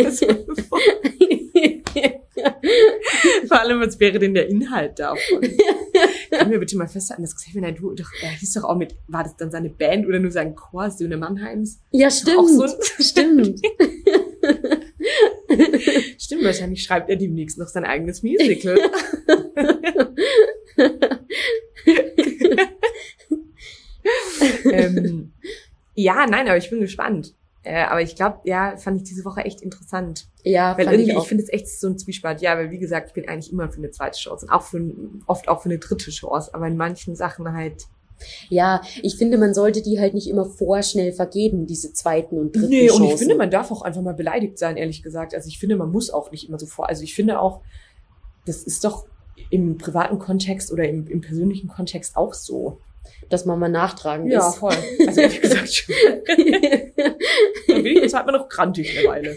Speaker 1: vor allem, was wäre denn der Inhalt davon? Können wir bitte mal festhalten, dass Xavier Naidoo, doch, er hieß doch auch mit, war das dann seine Band oder nur sein Chor, Söhne Mannheims?
Speaker 2: Ja, stimmt,
Speaker 1: auch so
Speaker 2: stimmt.
Speaker 1: Stimmt, wahrscheinlich schreibt er demnächst noch sein eigenes Musical. ähm, ja, nein, aber ich bin gespannt. Äh, aber ich glaube, ja, fand ich diese Woche echt interessant.
Speaker 2: Ja,
Speaker 1: weil
Speaker 2: fand
Speaker 1: irgendwie,
Speaker 2: ich auch.
Speaker 1: ich finde es echt so ein Zwiespalt. Ja, weil wie gesagt, ich bin eigentlich immer für eine zweite Chance und auch für oft auch für eine dritte Chance, aber in manchen Sachen halt.
Speaker 2: Ja, ich finde, man sollte die halt nicht immer vorschnell vergeben, diese zweiten und dritten
Speaker 1: Nee,
Speaker 2: Chancen.
Speaker 1: und ich finde, man darf auch einfach mal beleidigt sein, ehrlich gesagt. Also ich finde, man muss auch nicht immer so vor. Also ich finde auch, das ist doch im privaten Kontext oder im, im persönlichen Kontext auch so.
Speaker 2: Dass man mal nachtragen
Speaker 1: Ja,
Speaker 2: ist.
Speaker 1: voll. Also ehrlich gesagt schon. Dann wenigstens hat man noch grantig eine Weile.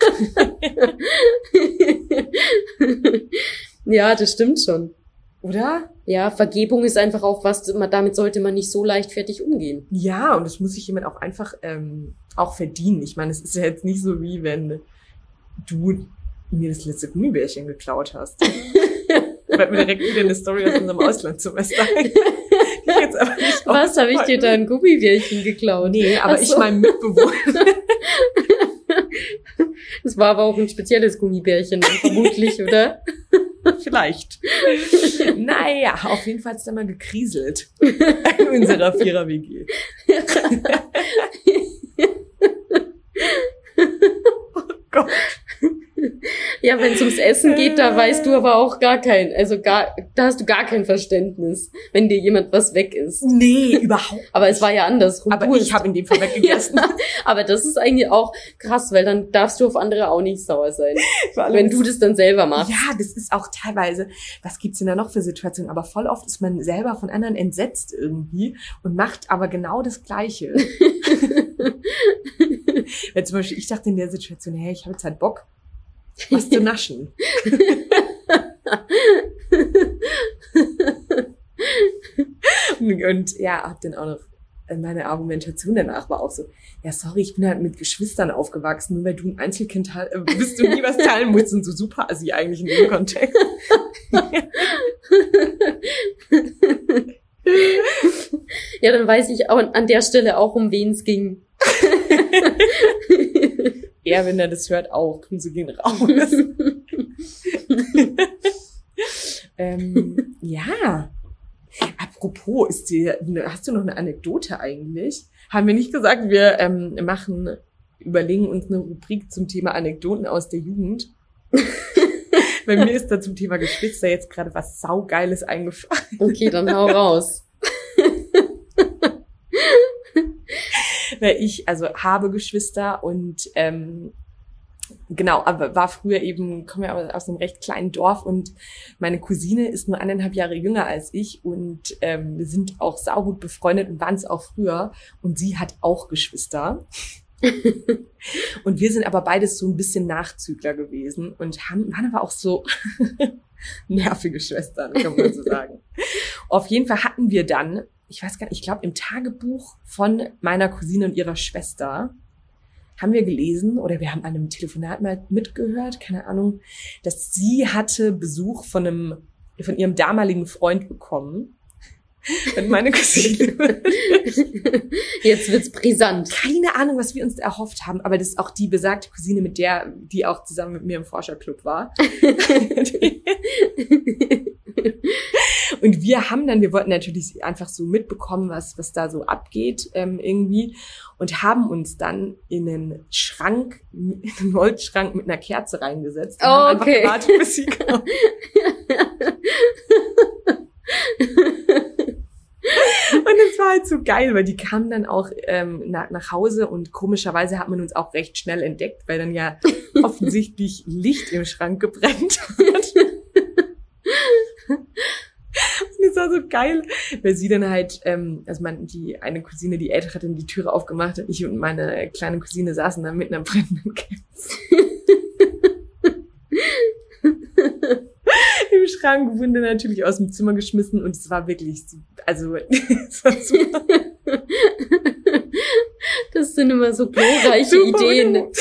Speaker 2: Ja, das stimmt schon.
Speaker 1: Oder?
Speaker 2: Ja, Vergebung ist einfach auch was, damit sollte man nicht so leichtfertig umgehen.
Speaker 1: Ja, und das muss sich jemand auch einfach ähm, auch verdienen. Ich meine, es ist ja jetzt nicht so, wie wenn du mir das letzte Gummibärchen geklaut hast. Fällt mir direkt wieder eine Story aus unserem Auslandssemester. Jetzt aber nicht
Speaker 2: Was, habe ich dir da ein Gummibärchen geklaut?
Speaker 1: Nee, aber
Speaker 2: Ach so.
Speaker 1: ich meinem Mitbewohner.
Speaker 2: Das war aber auch ein spezielles Gummibärchen, vermutlich, oder?
Speaker 1: Vielleicht. Naja, auf jeden Fall ist da mal gekriselt. In unserer Vierer-W G. Oh Gott.
Speaker 2: Ja, wenn es ums Essen geht, da weißt du aber auch gar kein, also gar, da hast du gar kein Verständnis, wenn dir jemand was weg ist.
Speaker 1: Nee, überhaupt nicht.
Speaker 2: Aber es war ja andersrum.
Speaker 1: Aber
Speaker 2: Du
Speaker 1: ich
Speaker 2: hast-
Speaker 1: habe in dem Fall weggegessen.
Speaker 2: Ja, aber das ist eigentlich auch krass, weil dann darfst du auf andere auch nicht sauer sein,
Speaker 1: Vor allem
Speaker 2: wenn
Speaker 1: ist-
Speaker 2: du das dann selber machst.
Speaker 1: Ja, das ist auch teilweise, was gibt's denn da noch für Situationen? Aber voll oft ist man selber von anderen entsetzt irgendwie und macht aber genau das Gleiche. Weil zum Beispiel, ich dachte in der Situation, hey, ich habe jetzt halt Bock, was zu naschen. und, und ja, hab dann auch noch, meine Argumentation danach war auch so, ja, sorry, ich bin halt mit Geschwistern aufgewachsen, nur weil du ein Einzelkind ha- bist, du nie was teilen musst und so super assi eigentlich in dem Kontext.
Speaker 2: Ja, dann weiß ich auch an der Stelle auch, um wen es ging.
Speaker 1: Er, wenn er das hört, auch. Grüße gehen raus. ähm, ja. Apropos, ist dir, hast du noch eine Anekdote eigentlich? Haben wir nicht gesagt, wir ähm, machen, überlegen uns eine Rubrik zum Thema Anekdoten aus der Jugend? Bei mir ist da zum Thema Geschwister jetzt gerade was Saugeiles eingefallen.
Speaker 2: Okay, dann hau raus.
Speaker 1: Weil ich, also habe Geschwister und ähm, genau, aber war früher eben, komme ja aus einem recht kleinen Dorf und meine Cousine ist nur eineinhalb Jahre jünger als ich und ähm, wir sind auch saugut befreundet und waren es auch früher und sie hat auch Geschwister. Und wir sind aber beides so ein bisschen Nachzügler gewesen und haben, waren aber auch so nervige Schwestern, kann man so sagen. Auf jeden Fall hatten wir dann, ich weiß gar nicht, ich glaube im Tagebuch von meiner Cousine und ihrer Schwester haben wir gelesen oder wir haben an einem Telefonat mal mitgehört, keine Ahnung, dass sie hatte Besuch von einem, von ihrem damaligen Freund bekommen. Und meine Cousine.
Speaker 2: Jetzt wird's brisant.
Speaker 1: Keine Ahnung, was wir uns erhofft haben, aber das ist auch die besagte Cousine, mit der, die auch zusammen mit mir im Forscherclub war. Und wir haben dann, wir wollten natürlich einfach so mitbekommen, was was da so abgeht ähm, irgendwie und haben uns dann in einen Schrank, in einen Holzschrank mit einer Kerze reingesetzt und
Speaker 2: Oh,
Speaker 1: haben einfach
Speaker 2: okay.
Speaker 1: gewartet, bis sie kommt. Und es war halt so geil, weil die kamen dann auch ähm, nach, nach Hause und komischerweise hat man uns auch recht schnell entdeckt, weil dann ja offensichtlich Licht im Schrank gebrannt hat. Und es war so geil, weil sie dann halt, ähm, also meine, die eine Cousine, die ältere, hat dann die Türe aufgemacht und ich und meine kleine Cousine saßen dann mit einer brennenden Kerze. Im Schrank, wurde natürlich aus dem Zimmer geschmissen und es war wirklich, also es war super,
Speaker 2: Das sind immer so glorreiche
Speaker 1: super
Speaker 2: Ideen.
Speaker 1: ungut.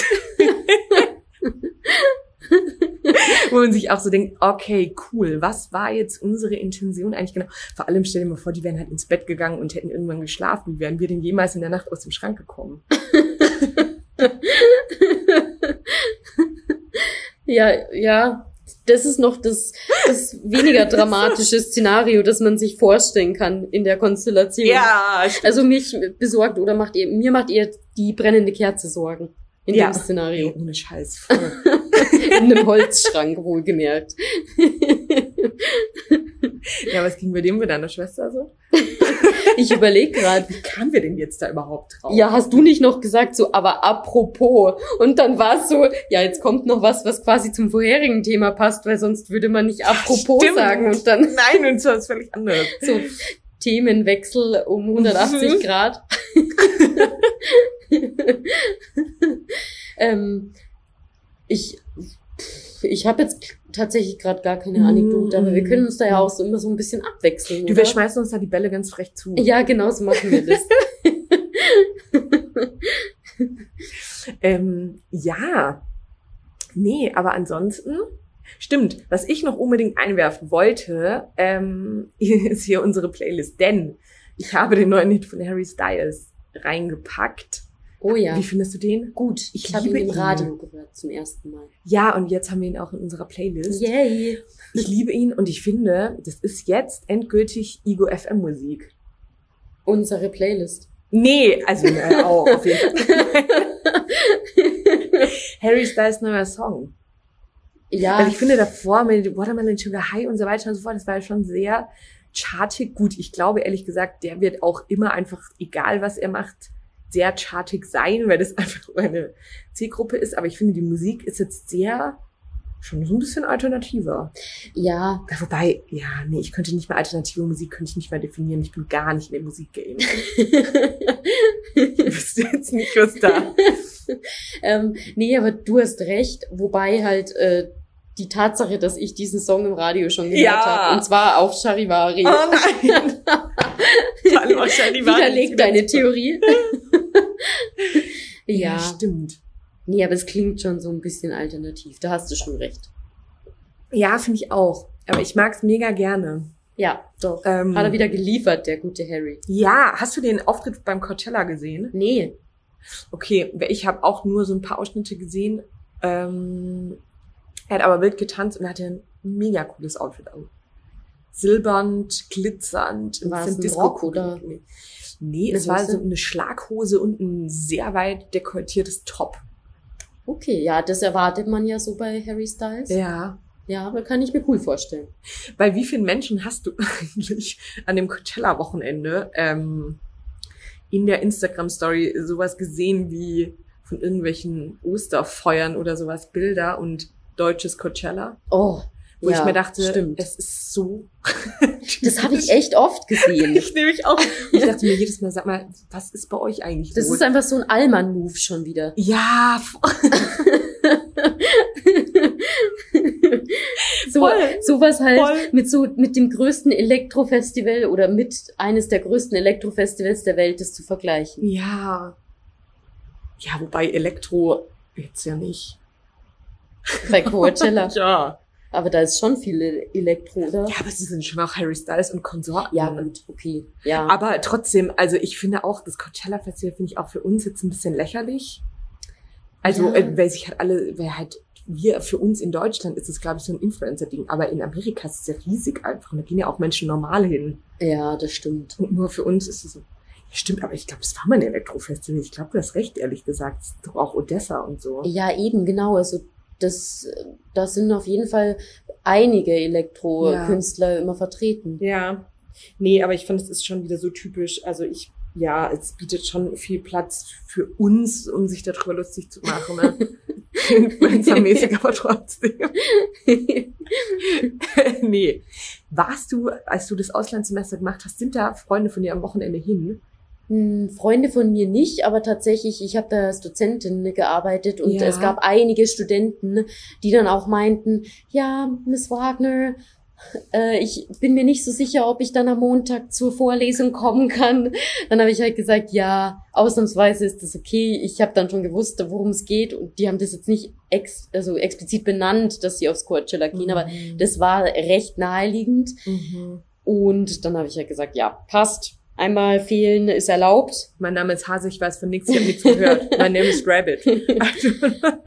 Speaker 1: Wo man sich auch so denkt, okay, cool, was war jetzt unsere Intention eigentlich genau? Vor allem stell dir mal vor, die wären halt ins Bett gegangen und hätten irgendwann geschlafen. Wie wären wir denn jemals in der Nacht aus dem Schrank gekommen?
Speaker 2: Ja, ja. Das ist noch das, das weniger dramatische Szenario, das man sich vorstellen kann in der Konstellation.
Speaker 1: Ja, stimmt.
Speaker 2: Also mich besorgt oder macht ihr, mir macht ihr die brennende Kerze Sorgen in
Speaker 1: Ja.
Speaker 2: dem Szenario.
Speaker 1: Ohne Scheiß. Voll.
Speaker 2: In einem Holzschrank, wohlgemerkt.
Speaker 1: Ja, was ging bei dem mit deiner Schwester so?
Speaker 2: Ich überlege gerade,
Speaker 1: Wie kamen wir denn jetzt da überhaupt drauf?
Speaker 2: ja, hast du nicht noch gesagt, so, aber apropos. Und dann war es so, ja, jetzt kommt noch was, was quasi zum vorherigen Thema passt, weil sonst würde man nicht apropos
Speaker 1: Stimmt.
Speaker 2: sagen. Und dann
Speaker 1: Nein, und zwar was völlig anderes.
Speaker 2: so Themenwechsel um hundertachtzig
Speaker 1: Mhm.
Speaker 2: Grad. ähm, ich ich habe jetzt tatsächlich gerade gar keine Anekdote, aber wir können uns da ja auch so immer so ein bisschen abwechseln.
Speaker 1: Du,
Speaker 2: oder?
Speaker 1: wir schmeißen uns da die Bälle ganz frech zu.
Speaker 2: Ja, genau so machen wir das.
Speaker 1: Ähm, ja. Nee, aber ansonsten, stimmt, was ich noch unbedingt einwerfen wollte, ähm, ist hier unsere Playlist, denn ich habe den neuen Hit von Harry Styles reingepackt.
Speaker 2: Oh ja.
Speaker 1: Wie findest du den?
Speaker 2: Gut, ich,
Speaker 1: Ich
Speaker 2: habe ihn
Speaker 1: liebe
Speaker 2: im
Speaker 1: ihn.
Speaker 2: Radio gehört zum ersten Mal.
Speaker 1: Ja, und jetzt haben wir ihn auch in unserer Playlist.
Speaker 2: Yay!
Speaker 1: Ich liebe ihn und ich finde, das ist jetzt endgültig Ego F M Musik.
Speaker 2: Unsere Playlist.
Speaker 1: Nee, also äh, auch auf jeden Fall. Harry Styles neuer Song.
Speaker 2: Ja,
Speaker 1: Weil ich finde davor mit Watermelon Sugar High und so weiter und so fort, das war ja schon sehr chartig. Gut, ich glaube ehrlich gesagt, der wird auch immer einfach, egal was er macht, sehr chartig sein, weil das einfach eine Zielgruppe ist. Aber ich finde, die Musik ist jetzt sehr, schon so ein bisschen alternativer.
Speaker 2: ja,
Speaker 1: Ja, wobei, ja, nee, ich könnte nicht mehr alternative Musik, könnte ich nicht mehr definieren. Ich bin gar nicht in dem Musikgame. Ich wüsste jetzt nicht, was da.
Speaker 2: ähm, nee, aber du hast recht, wobei halt äh, die Tatsache, dass ich diesen Song im Radio schon gehört
Speaker 1: Ja.
Speaker 2: habe, und zwar auf Charivari,
Speaker 1: Oh nein! Vor allem auch Charivari
Speaker 2: widerlegt
Speaker 1: ist
Speaker 2: deine
Speaker 1: wieder
Speaker 2: Theorie.
Speaker 1: Ja,
Speaker 2: ja,
Speaker 1: stimmt.
Speaker 2: nee, aber es klingt schon so ein bisschen alternativ, da hast du schon recht.
Speaker 1: Ja, finde ich auch. Aber ich mag's mega gerne.
Speaker 2: Ja, doch.
Speaker 1: Ähm,
Speaker 2: Hat er wieder geliefert, der gute Harry.
Speaker 1: Ja, hast du den Auftritt beim Coachella gesehen?
Speaker 2: Nee.
Speaker 1: Okay, ich habe auch nur so ein paar Ausschnitte gesehen. Ähm, er hat aber wild getanzt und hatte ein mega cooles Outfit an. Silbernd, glitzernd. ein
Speaker 2: War
Speaker 1: bisschen
Speaker 2: es ein
Speaker 1: Disco-
Speaker 2: Rock oder?
Speaker 1: Nee,
Speaker 2: eine
Speaker 1: es war
Speaker 2: Hose?
Speaker 1: so eine Schlaghose und ein sehr weit dekolletiertes Top.
Speaker 2: Okay, ja, das erwartet man ja so bei Harry Styles.
Speaker 1: Ja.
Speaker 2: Ja, aber kann ich mir cool vorstellen.
Speaker 1: Weil wie viele Menschen hast du eigentlich an dem Coachella-Wochenende ähm, in der Instagram-Story sowas gesehen wie von irgendwelchen Osterfeuern oder sowas, Bilder und deutsches Coachella?
Speaker 2: Oh,
Speaker 1: Wo
Speaker 2: ja,
Speaker 1: ich mir dachte,
Speaker 2: stimmt.
Speaker 1: es ist so...
Speaker 2: Das habe ich echt oft gesehen.
Speaker 1: Ich nämlich auch. Und ich dachte mir jedes Mal, sag mal, was ist bei euch eigentlich
Speaker 2: Das
Speaker 1: los?
Speaker 2: ist einfach so ein Allmann-Move schon wieder.
Speaker 1: Ja,
Speaker 2: So,
Speaker 1: Voll.
Speaker 2: sowas halt
Speaker 1: Voll.
Speaker 2: mit so, mit dem größten Elektrofestival oder mit eines der größten Elektrofestivals der Welt, das zu vergleichen.
Speaker 1: ja. Ja, wobei Elektro jetzt ja nicht.
Speaker 2: Bei Coachella.
Speaker 1: Ja.
Speaker 2: Aber da ist schon viel Elektro, oder?
Speaker 1: Ja, aber sie sind schon auch Harry Styles und Konsorten.
Speaker 2: Ja, gut, okay. Ja.
Speaker 1: Aber trotzdem, also ich finde auch, das Coachella-Festival finde ich auch für uns jetzt ein bisschen lächerlich. Also,
Speaker 2: Ja.
Speaker 1: äh, weil sich halt alle, weil halt wir, für uns in Deutschland ist es, glaube ich, so ein Influencer-Ding, aber in Amerika ist es ja riesig einfach. Und da gehen ja auch Menschen normal hin.
Speaker 2: ja, das stimmt.
Speaker 1: Und nur für uns ist es so. Ja, stimmt, aber ich glaube, es war mal ein Elektrofestival. Ich glaube, du hast recht, ehrlich gesagt. Es ist doch auch Odessa und so.
Speaker 2: Ja, eben, genau. Also das, das sind auf jeden Fall einige Elektro-Künstler immer vertreten.
Speaker 1: Ja. Nee, aber ich finde, es ist schon wieder so typisch. Also ich, ja, es bietet schon viel Platz für uns, um sich darüber lustig zu machen. Ne? Influencer-mäßig, aber trotzdem. Nee. Warst du, als du das Auslandssemester gemacht hast, sind da Freunde von dir am Wochenende hin?
Speaker 2: Hm, Freunde von mir nicht, aber tatsächlich, ich habe da als Dozentin gearbeitet und
Speaker 1: Ja.
Speaker 2: es gab einige Studenten, die dann auch meinten, ja, Miss Wagner, äh, ich bin mir nicht so sicher, ob ich dann am Montag zur Vorlesung kommen kann. Dann habe ich halt gesagt, ja, ausnahmsweise ist das okay. Ich habe dann schon gewusst, worum es geht und die haben das jetzt nicht ex also explizit benannt, dass sie aufs Coachella gehen, aber das war recht naheliegend.
Speaker 1: Mhm.
Speaker 2: Und dann habe ich halt gesagt, ja, passt. Einmal fehlen ist erlaubt.
Speaker 1: Mein Name ist Hase, ich weiß von nichts, ich habe nichts gehört. Mein Name ist Rabbit.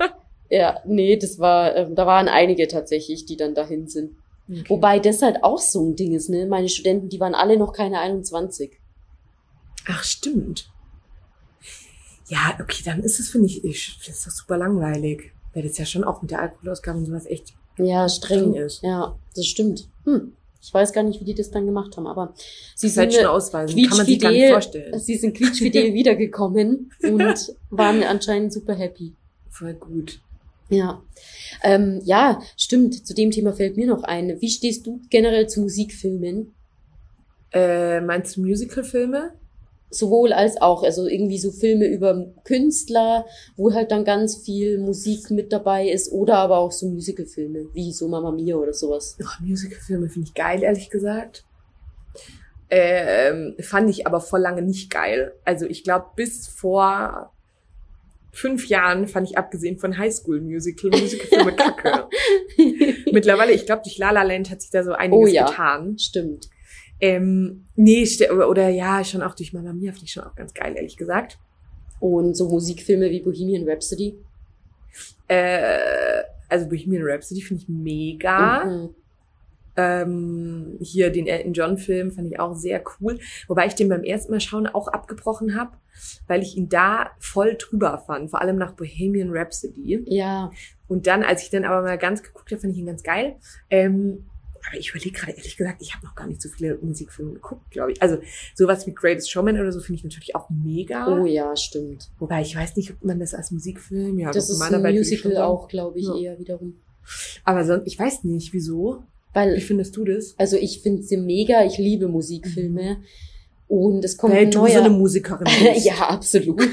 Speaker 2: Ja, nee, das war, ähm, da waren einige tatsächlich, die dann dahin sind.
Speaker 1: Okay.
Speaker 2: Wobei das halt auch so ein Ding ist, ne? Meine Studenten, die waren alle noch keine einundzwanzig.
Speaker 1: Ach, stimmt. Ja, okay, dann ist es, finde ich, ich das ist doch super langweilig. Weil das ja schon auch mit der Alkoholausgabe und sowas echt
Speaker 2: Ja, streng.
Speaker 1: streng ist.
Speaker 2: Ja, das stimmt. Hm. Ich weiß gar nicht, wie die das dann gemacht haben, aber sie
Speaker 1: Das halt
Speaker 2: sind
Speaker 1: schon ausweisen, kann man sich gar nicht
Speaker 2: quietschfidel,
Speaker 1: vorstellen.
Speaker 2: sie sind quietschfidel wiedergekommen und waren anscheinend super happy.
Speaker 1: Voll gut.
Speaker 2: Ja, ähm, ja, stimmt. Zu dem Thema fällt mir noch ein. Wie stehst du generell zu Musikfilmen?
Speaker 1: Äh, meinst du Musicalfilme?
Speaker 2: Sowohl als auch, also irgendwie so Filme über Künstler, wo halt dann ganz viel Musik mit dabei ist, oder aber auch so Musicalfilme, wie so Mamma Mia oder sowas.
Speaker 1: Oh, Musicalfilme finde ich geil, ehrlich gesagt. Ähm, fand ich aber vor lange nicht geil. Also ich glaube, bis vor fünf Jahren fand ich, abgesehen von Highschool-Musical, Musicalfilme kacke. Mittlerweile, ich glaube, durch La La Land hat sich da so einiges
Speaker 2: Oh ja.
Speaker 1: getan.
Speaker 2: Stimmt.
Speaker 1: Ähm, nee, st- oder, oder ja, schon auch durch Mamma Mia finde ich schon auch ganz geil, ehrlich gesagt.
Speaker 2: Und so Musikfilme wie Bohemian Rhapsody.
Speaker 1: Äh, also Bohemian Rhapsody finde ich mega.
Speaker 2: Mhm.
Speaker 1: Ähm, hier den Elton John Film fand ich auch sehr cool. Wobei ich den beim ersten Mal schauen auch abgebrochen habe, weil ich ihn da voll drüber fand. Vor allem nach Bohemian Rhapsody.
Speaker 2: Ja.
Speaker 1: Und dann, als ich dann aber mal ganz geguckt habe, fand ich ihn ganz geil. Ähm, aber ich überlege gerade, ehrlich gesagt, ich habe noch gar nicht so viele Musikfilme geguckt, glaube ich. Also sowas wie Greatest Showman oder so finde ich natürlich auch mega.
Speaker 2: Oh ja, stimmt.
Speaker 1: Wobei ich weiß nicht, ob man das als Musikfilm... Ja,
Speaker 2: Das
Speaker 1: doch,
Speaker 2: ist
Speaker 1: meiner
Speaker 2: ein
Speaker 1: Arbeit würde ich
Speaker 2: Musical
Speaker 1: schon sagen.
Speaker 2: auch, glaube ich,
Speaker 1: Ja.
Speaker 2: eher wiederum.
Speaker 1: Aber sonst, ich weiß nicht, wieso. Wie
Speaker 2: Weil,
Speaker 1: findest du das?
Speaker 2: also ich finde sie mega, ich liebe Musikfilme. Und es kommt
Speaker 1: Weil
Speaker 2: ein
Speaker 1: du
Speaker 2: neuer...
Speaker 1: so eine Musikerin bist.
Speaker 2: Ja, absolut.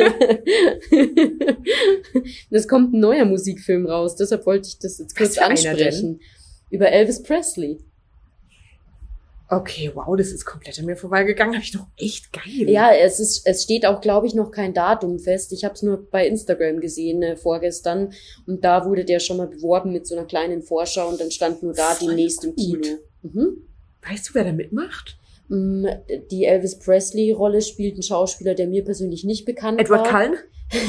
Speaker 2: Es kommt ein neuer Musikfilm raus, deshalb wollte ich das jetzt kurz
Speaker 1: für einer
Speaker 2: ansprechen. Über Elvis Presley.
Speaker 1: Okay, wow, das ist komplett an mir vorbeigegangen. Habe ich doch echt geil.
Speaker 2: Ja, es ist, es steht auch, glaube ich, noch kein Datum fest. Ich habe es nur bei Instagram gesehen äh, vorgestern und da wurde der schon mal beworben mit so einer kleinen Vorschau und dann stand nur da
Speaker 1: Voll
Speaker 2: demnächst im
Speaker 1: gut.
Speaker 2: Kino. Mhm.
Speaker 1: Weißt du, wer da mitmacht?
Speaker 2: Mm, Die Elvis Presley-Rolle spielt ein Schauspieler, der mir persönlich nicht bekannt
Speaker 1: Edward
Speaker 2: war.
Speaker 1: Cullen?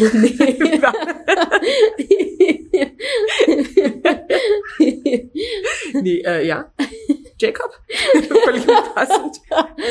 Speaker 1: Nee, äh, ja. Jacob? Völlig unpassend.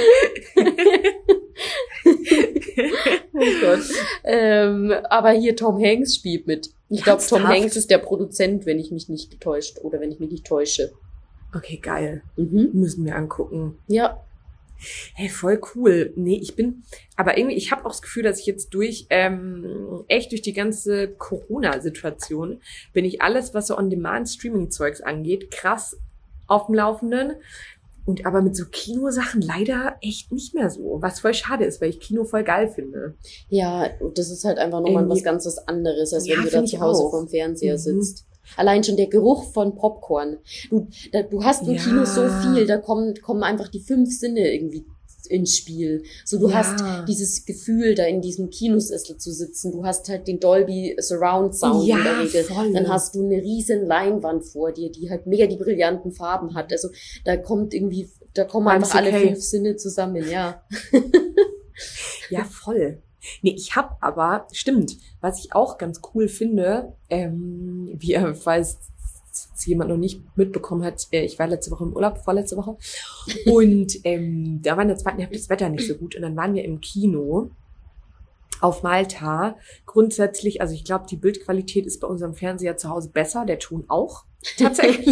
Speaker 2: Oh Gott. Ähm, aber hier Tom Hanks spielt mit. Ich glaube, Tom
Speaker 1: Ernsthaft?
Speaker 2: Hanks ist der Produzent, wenn ich mich nicht getäuscht oder wenn ich mich nicht täusche.
Speaker 1: Okay, geil.
Speaker 2: Mhm.
Speaker 1: Müssen wir angucken.
Speaker 2: Ja.
Speaker 1: Hey, voll cool. Nee, ich bin, aber irgendwie, ich habe auch das Gefühl, dass ich jetzt durch, ähm, echt durch die ganze Corona-Situation bin ich alles, was so On-Demand-Streaming-Zeugs angeht, krass auf dem Laufenden. Und aber mit so Kinosachen leider echt nicht mehr so. Was voll schade ist, weil ich Kino voll geil finde.
Speaker 2: Ja, das ist halt einfach nochmal
Speaker 1: Irgendwie-
Speaker 2: was ganz was anderes, als
Speaker 1: Ja,
Speaker 2: wenn du da
Speaker 1: find
Speaker 2: zu
Speaker 1: ich
Speaker 2: Hause
Speaker 1: auch.
Speaker 2: vorm Fernseher
Speaker 1: Mhm.
Speaker 2: sitzt. Allein schon der Geruch von Popcorn. Du, da, du hast im
Speaker 1: Ja.
Speaker 2: Kino so viel, da kommen, kommen einfach die fünf Sinne irgendwie ins Spiel. So, du
Speaker 1: Ja.
Speaker 2: hast dieses Gefühl, da in diesem Kinosessel zu sitzen. Du hast halt den Dolby Surround Sound
Speaker 1: Ja,
Speaker 2: in der Regel.
Speaker 1: voll.
Speaker 2: Dann hast du eine riesen Leinwand vor dir, die halt mega die brillanten Farben hat. Also, da kommt irgendwie, da kommen
Speaker 1: Meinst
Speaker 2: einfach
Speaker 1: du,
Speaker 2: alle
Speaker 1: okay.
Speaker 2: fünf Sinne zusammen, ja.
Speaker 1: Ja, voll. Nee, ich hab aber, stimmt, was ich auch ganz cool finde, ähm, wie er, falls es jemand noch nicht mitbekommen hat, äh, ich war letzte Woche im Urlaub, vorletzte Woche, und ähm, da war in der zweiten Hälfte das Wetter nicht so gut und dann waren wir im Kino auf Malta. Grundsätzlich, also ich glaube, die Bildqualität ist bei unserem Fernseher zu Hause besser, der Ton auch, tatsächlich.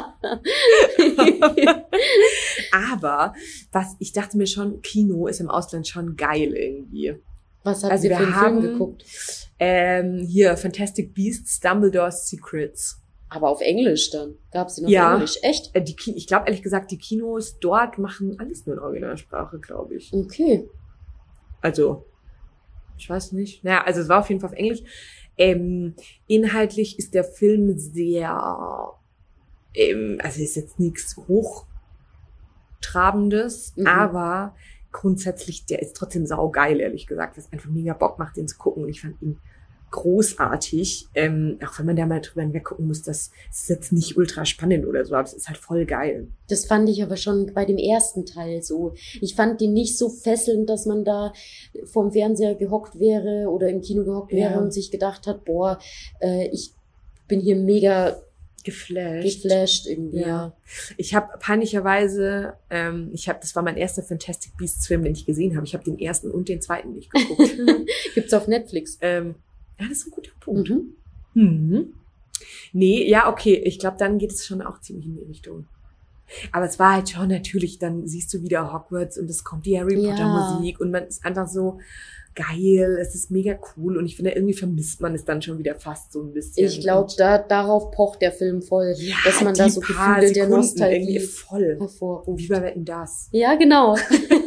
Speaker 1: Aber was, ich dachte mir schon, Kino ist im Ausland schon geil irgendwie.
Speaker 2: Was habt
Speaker 1: Also
Speaker 2: ihr für
Speaker 1: wir
Speaker 2: einen
Speaker 1: haben
Speaker 2: Film geguckt?
Speaker 1: ähm, hier Fantastic Beasts, Dumbledore's Secrets.
Speaker 2: Aber auf Englisch dann. Gab's den auf
Speaker 1: Ja.
Speaker 2: Englisch? Echt?
Speaker 1: Äh, die Ki- ich glaube ehrlich gesagt, die Kinos dort machen alles nur in Originalsprache, glaube ich.
Speaker 2: Okay.
Speaker 1: Also, ich weiß nicht. Naja, also es war auf jeden Fall auf Englisch. Ähm, inhaltlich ist der Film sehr, ähm, also ist jetzt nichts Hochtrabendes,
Speaker 2: Mhm.
Speaker 1: aber grundsätzlich, der ist trotzdem saugeil, ehrlich gesagt, was einfach mega Bock macht, den zu gucken. Und ich fand ihn großartig, ähm, auch wenn man da mal drüber hinweggucken muss, das ist jetzt nicht ultra spannend oder so, aber es ist halt voll geil.
Speaker 2: Das fand ich aber schon bei dem ersten Teil so. Ich fand den nicht so fesselnd, dass man da vorm Fernseher gehockt wäre oder im Kino gehockt wäre
Speaker 1: Ja.
Speaker 2: und sich gedacht hat, boah, äh, ich bin hier mega
Speaker 1: geflasht.
Speaker 2: geflasht irgendwie, ja.
Speaker 1: Ja. Ich habe peinlicherweise, ähm, ich habe, das war mein erster Fantastic Beasts Film, den ich gesehen habe. Ich habe den ersten und den zweiten nicht geguckt.
Speaker 2: Gibt's auf Netflix.
Speaker 1: ähm, ja, das ist ein guter Punkt.
Speaker 2: Mhm.
Speaker 1: Mhm. Nee, ja, okay. Ich glaube, dann geht es schon auch ziemlich in die Richtung. Aber es war halt schon natürlich, dann siehst du wieder Hogwarts und es kommt die Harry Potter
Speaker 2: Ja.
Speaker 1: Musik und man ist einfach so geil, es ist mega cool und ich finde, irgendwie vermisst man es dann schon wieder fast so ein bisschen.
Speaker 2: Ich glaube,
Speaker 1: Und
Speaker 2: da, darauf pocht der Film voll,
Speaker 1: ja,
Speaker 2: dass man da
Speaker 1: die
Speaker 2: so
Speaker 1: paar
Speaker 2: Gefühle der
Speaker 1: Sekunden
Speaker 2: Nostalgie
Speaker 1: irgendwie voll.
Speaker 2: hervorruft.
Speaker 1: Wie bei Wetten, das.
Speaker 2: Ja, genau.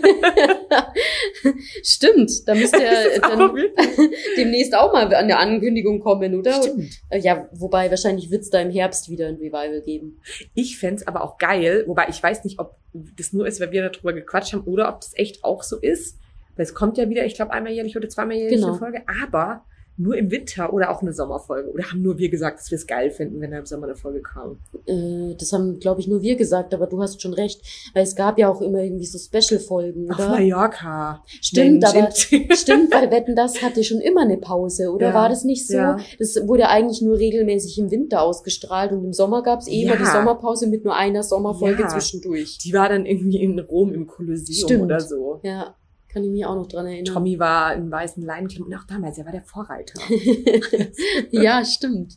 Speaker 2: Stimmt, da müsste er dann demnächst auch mal an der Ankündigung kommen, oder?
Speaker 1: Stimmt.
Speaker 2: Ja, wobei wahrscheinlich wird's da im Herbst wieder ein Revival geben.
Speaker 1: Ich fänd's aber auch geil, wobei ich weiß nicht, ob das nur ist, weil wir darüber gequatscht haben oder ob das echt auch so ist. Weil es kommt ja wieder, ich glaube, einmal jährlich oder zweimal jährlich
Speaker 2: Genau.
Speaker 1: eine Folge, aber nur im Winter oder auch eine Sommerfolge. Oder haben nur wir gesagt, dass wir es geil finden, wenn da im Sommer eine Folge kam?
Speaker 2: Äh, das haben, glaube ich, nur wir gesagt, aber du hast schon recht. Weil es gab ja auch immer irgendwie so Special-Folgen,
Speaker 1: Auf
Speaker 2: oder?
Speaker 1: Mallorca.
Speaker 2: Stimmt,
Speaker 1: Mensch,
Speaker 2: aber
Speaker 1: stimmt.
Speaker 2: stimmt, weil Wetten, das hatte schon immer eine Pause, oder
Speaker 1: Ja,
Speaker 2: war das nicht so?
Speaker 1: ja.
Speaker 2: Das wurde eigentlich nur regelmäßig im Winter ausgestrahlt und im Sommer gab's eh immer
Speaker 1: Ja.
Speaker 2: die Sommerpause mit nur einer Sommerfolge
Speaker 1: Ja.
Speaker 2: zwischendurch.
Speaker 1: Die war dann irgendwie in Rom im Kolosseum
Speaker 2: Stimmt.
Speaker 1: oder so.
Speaker 2: Ja, kann ich mich auch noch dran erinnern.
Speaker 1: Tommy war in weißen Leinenklamotten, auch damals, er war der Vorreiter.
Speaker 2: Ja, stimmt.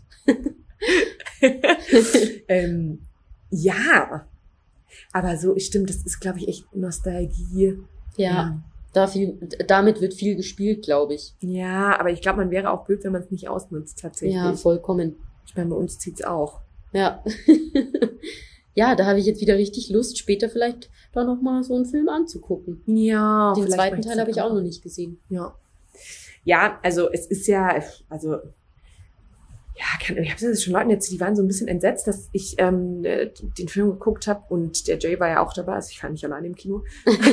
Speaker 1: ähm, ja, aber so, stimmt, das ist, glaube ich, echt Nostalgie.
Speaker 2: Ja, da viel, damit wird viel gespielt, glaube ich.
Speaker 1: Ja, aber ich glaube, man wäre auch blöd, wenn man es nicht ausnutzt, tatsächlich.
Speaker 2: Ja, vollkommen.
Speaker 1: Ich meine, bei uns zieht's auch.
Speaker 2: Ja. Ja, da habe ich jetzt wieder richtig Lust, später vielleicht da noch mal so einen Film anzugucken.
Speaker 1: Ja,
Speaker 2: Den
Speaker 1: vielleicht
Speaker 2: zweiten
Speaker 1: möchtest
Speaker 2: Teil
Speaker 1: du
Speaker 2: habe ich
Speaker 1: dann
Speaker 2: auch noch nicht gesehen.
Speaker 1: Ja. Ja, also es ist ja, also ja, kann, ich habe das schon Leuten jetzt, die waren so ein bisschen entsetzt, dass ich ähm, äh, den Film geguckt habe und der Jay war ja auch dabei, also ich war nicht alleine im Kino,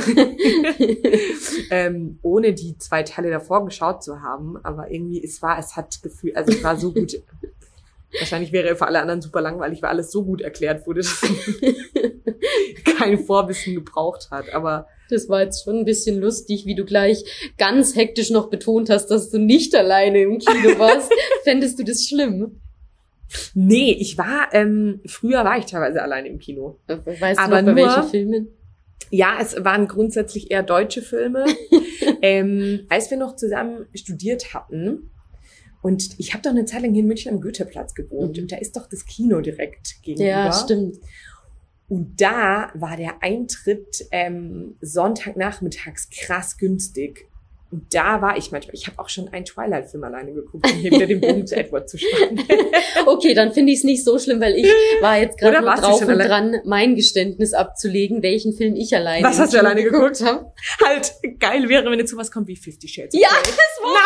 Speaker 1: ähm, ohne die zwei Teile davor geschaut zu haben, aber irgendwie es war, es hat Gefühl, also es war so gut. Wahrscheinlich wäre er für alle anderen super langweilig, weil alles so gut erklärt wurde, dass kein Vorwissen gebraucht hat. Aber
Speaker 2: Das war jetzt schon ein bisschen lustig, wie du gleich ganz hektisch noch betont hast, dass du nicht alleine im Kino warst. Fändest du das schlimm?
Speaker 1: nee, ich war, ähm, früher war ich teilweise alleine im Kino.
Speaker 2: Weißt
Speaker 1: Aber
Speaker 2: du noch, bei
Speaker 1: nur-
Speaker 2: welchen Filmen?
Speaker 1: Ja, es waren grundsätzlich eher deutsche Filme. ähm, als wir noch zusammen studiert hatten, und ich habe doch eine Zeit lang hier in München am Goetheplatz gewohnt,
Speaker 2: Mhm.
Speaker 1: und da ist doch das Kino direkt gegenüber.
Speaker 2: Ja, stimmt.
Speaker 1: Und da war der Eintritt ähm, Sonntagnachmittags krass günstig. Und da war ich manchmal, ich habe auch schon einen Twilight-Film alleine geguckt, um hier wieder den Bogen zu Edward zu spannen.
Speaker 2: Okay, dann finde ich es nicht so schlimm, weil ich war jetzt gerade
Speaker 1: Oder
Speaker 2: nur
Speaker 1: warst du
Speaker 2: drauf
Speaker 1: schon
Speaker 2: und
Speaker 1: allein-
Speaker 2: dran, mein Geständnis abzulegen, welchen Film ich alleine
Speaker 1: Was
Speaker 2: im
Speaker 1: hast du
Speaker 2: Kino
Speaker 1: alleine geguckt?
Speaker 2: habe.
Speaker 1: Halt, geil wäre, wenn jetzt sowas kommt wie Fifty Shades of
Speaker 2: Ja,
Speaker 1: Grey.
Speaker 2: das war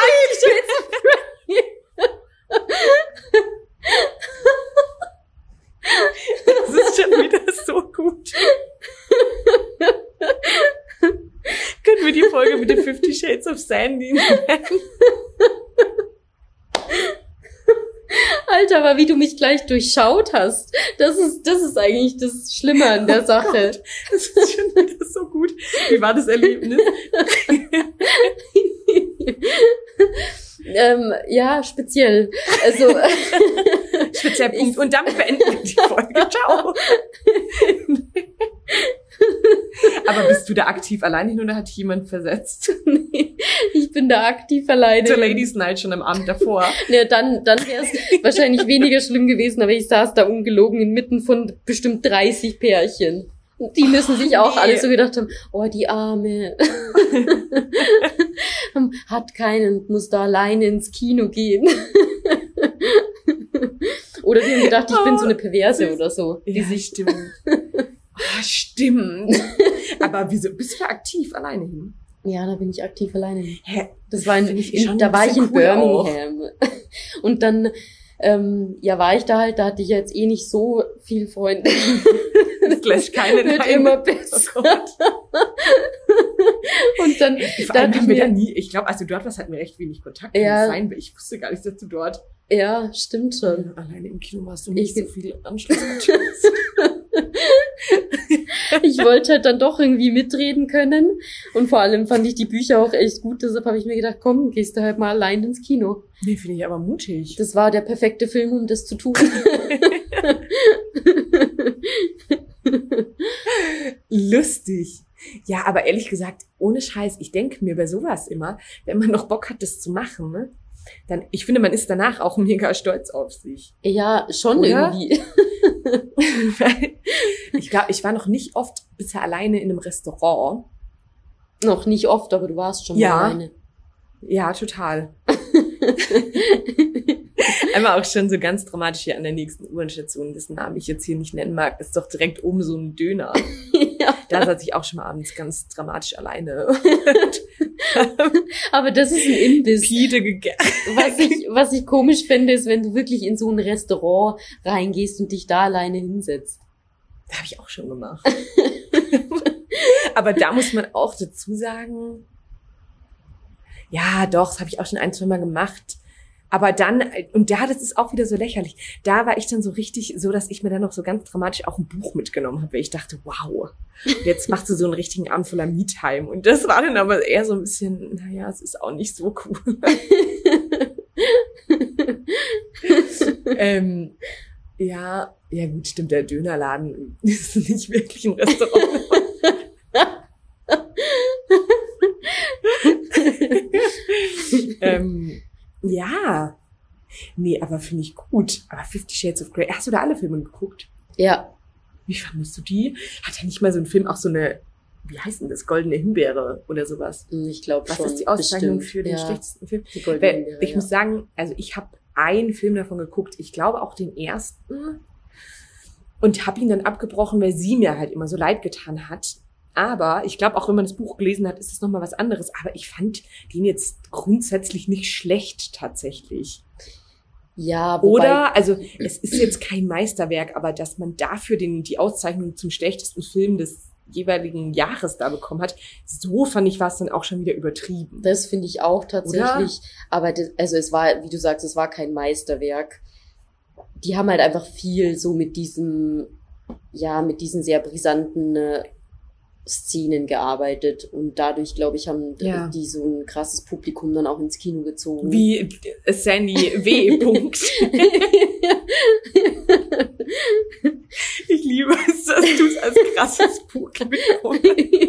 Speaker 1: Das ist schon wieder so gut. Können wir die Folge mit den Fifty Shades of Sandy nennen?
Speaker 2: Alter, aber wie du mich gleich durchschaut hast, das ist, das ist eigentlich das Schlimme an der Sache.
Speaker 1: Gott, das ist schon wieder so gut. Wie war das Erlebnis?
Speaker 2: ähm, ja, speziell. Also,
Speaker 1: Speziell Punkt. Und damit beenden wir die Folge. Ciao. Aber bist du da aktiv allein hin oder hat dich jemand versetzt?
Speaker 2: nee, ich bin da aktiv alleine.
Speaker 1: Zur Ladies Night schon am Abend davor.
Speaker 2: Ja, dann, dann wäre es wahrscheinlich weniger schlimm gewesen, aber ich saß da ungelogen inmitten von bestimmt dreißig Pärchen. Und die müssen sich auch
Speaker 1: nee.
Speaker 2: alle so gedacht haben, oh, die Arme. Hat keinen, muss da alleine ins Kino gehen. Oder die haben gedacht, ich bin so eine Perverse oder so. Die
Speaker 1: Ja,
Speaker 2: sich
Speaker 1: stimmt. Ah, stimmt. Aber wieso bist du da aktiv alleine hin?
Speaker 2: Ja, da bin ich aktiv alleine.
Speaker 1: Hä?
Speaker 2: Das war in,
Speaker 1: Find ich
Speaker 2: in
Speaker 1: schon
Speaker 2: da
Speaker 1: ein
Speaker 2: war ich in
Speaker 1: bisschen cool auch.
Speaker 2: Birmingham. Und dann, ähm, ja, war ich da halt, da hatte ich jetzt eh nicht so viel Freunde.
Speaker 1: Das lässt keine
Speaker 2: Wird
Speaker 1: rein.
Speaker 2: immer
Speaker 1: Oh
Speaker 2: besser.
Speaker 1: Gott.
Speaker 2: Und dann,
Speaker 1: Vor
Speaker 2: da
Speaker 1: allem
Speaker 2: hatte ich
Speaker 1: haben wir da
Speaker 2: mir,
Speaker 1: nie, ich glaube, also dort was hatten wir recht wenig Kontakt. Kann
Speaker 2: Ja.
Speaker 1: das sein, weil ich wusste gar nicht, dass du dort
Speaker 2: ja, stimmt schon.
Speaker 1: alleine im Kino warst und
Speaker 2: Ich
Speaker 1: nicht so viel Anschluss hattest.
Speaker 2: Ich wollte halt dann doch irgendwie mitreden können Und vor allem fand ich die Bücher auch echt gut, deshalb habe ich mir gedacht, komm, gehst du halt mal allein ins Kino.
Speaker 1: Nee, finde ich aber mutig.
Speaker 2: Das war der perfekte Film, um das zu tun.
Speaker 1: Lustig. Ja, aber ehrlich gesagt, ohne Scheiß, ich denke mir bei sowas immer, wenn man noch Bock hat, das zu machen, ne, dann, ich finde, man ist danach auch mega stolz auf sich.
Speaker 2: Ja, schon
Speaker 1: Oder?
Speaker 2: irgendwie.
Speaker 1: Ich glaube, ich war noch nicht oft bisher alleine in einem Restaurant.
Speaker 2: Noch nicht oft, aber du warst schon
Speaker 1: Ja.
Speaker 2: mal alleine.
Speaker 1: Ja, total. Einmal auch schon so ganz dramatisch hier an der nächsten U-Bahn-Station, dessen Namen ich jetzt hier nicht nennen mag, ist doch direkt oben so ein Döner.
Speaker 2: Ja.
Speaker 1: Da saß ich auch schon mal abends ganz dramatisch alleine.
Speaker 2: Aber das ist ein Imbiss.
Speaker 1: Pide gegessen.
Speaker 2: Was ich, was ich komisch finde, ist, wenn du wirklich in so ein Restaurant reingehst und dich da alleine hinsetzt.
Speaker 1: Das habe ich auch schon gemacht. Aber da muss man auch dazu sagen, ja, doch, das habe ich auch schon ein, zwei Mal gemacht. Aber dann, und da, das ist auch wieder so lächerlich, da war ich dann so richtig so, dass ich mir dann noch so ganz dramatisch auch ein Buch mitgenommen habe, weil ich dachte, wow, jetzt machst du so einen richtigen Abend voller Me-Time. Und das war dann aber eher so ein bisschen, naja, es ist auch nicht so cool. ähm, ja, ja gut, stimmt, der Dönerladen ist nicht wirklich ein Restaurant. ähm, ja, nee, aber finde ich gut. Aber Fifty Shades of Grey, hast du da alle Filme geguckt?
Speaker 2: Ja.
Speaker 1: Wie fandest du die? Hat ja nicht mal so ein Film auch so eine, wie heißt denn das, Goldene Himbeere oder sowas?
Speaker 2: Ich glaube schon.
Speaker 1: Was ist die Auszeichnung
Speaker 2: bestimmt.
Speaker 1: für den
Speaker 2: Ja.
Speaker 1: schlechtesten Film?
Speaker 2: Die Goldene
Speaker 1: Weil,
Speaker 2: Himbeere,
Speaker 1: ich
Speaker 2: ja.
Speaker 1: muss sagen, also ich habe einen Film davon geguckt, ich glaube auch den ersten, und habe ihn dann abgebrochen, weil sie mir halt immer so leid getan hat. Aber ich glaube, auch wenn man das Buch gelesen hat, ist es nochmal was anderes. Aber ich fand den jetzt grundsätzlich nicht schlecht tatsächlich.
Speaker 2: Ja, wobei,
Speaker 1: Oder, also es ist jetzt kein Meisterwerk, aber dass man dafür den, die Auszeichnung zum schlechtesten Film des jeweiligen Jahres da bekommen hat, so fand ich, war es dann auch schon wieder übertrieben.
Speaker 2: das finde ich auch tatsächlich. Aber das, also es war, wie du sagst, es war kein Meisterwerk. Die haben halt einfach viel so mit diesem, ja, mit diesen sehr brisanten äh, Szenen gearbeitet. Und dadurch, glaube ich, haben
Speaker 1: Ja.
Speaker 2: die so ein krasses Publikum dann auch ins Kino gezogen.
Speaker 1: Wie Sandy W. Punkt. Ich liebe es, dass du es als krasses Buch bekommst.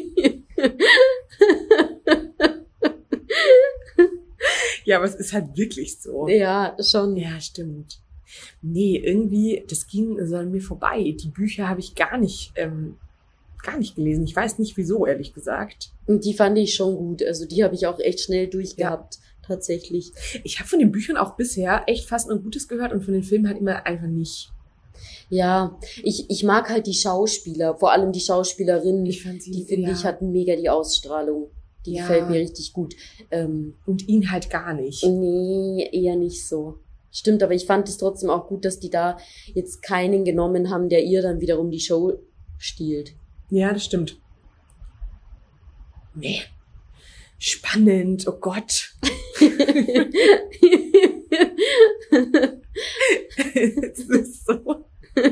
Speaker 1: Ja, aber es ist halt wirklich so.
Speaker 2: Ja, schon.
Speaker 1: Ja, stimmt. Nee, irgendwie, das ging so an mir vorbei. Die Bücher habe ich gar nicht, ähm, gar nicht gelesen. Ich weiß nicht wieso, ehrlich gesagt.
Speaker 2: Und die fand ich schon gut. Also die habe ich auch echt schnell durchgehabt. Tatsächlich.
Speaker 1: Ich habe von den Büchern auch bisher echt fast nur Gutes gehört und von den Filmen halt immer einfach nicht.
Speaker 2: Ja, ich, ich mag halt die Schauspieler, vor allem die Schauspielerin.
Speaker 1: Ich fand sie,
Speaker 2: Die, finde
Speaker 1: ja.
Speaker 2: ich, hatten mega die Ausstrahlung. Die
Speaker 1: Ja.
Speaker 2: gefällt mir richtig gut. Ähm,
Speaker 1: Und ihn halt gar nicht.
Speaker 2: nee, eher nicht so. Stimmt, aber ich fand es trotzdem auch gut, dass die da jetzt keinen genommen haben, der ihr dann wiederum die Show stiehlt.
Speaker 1: Ja, das stimmt. Nee. Spannend, oh Gott. Es ist so.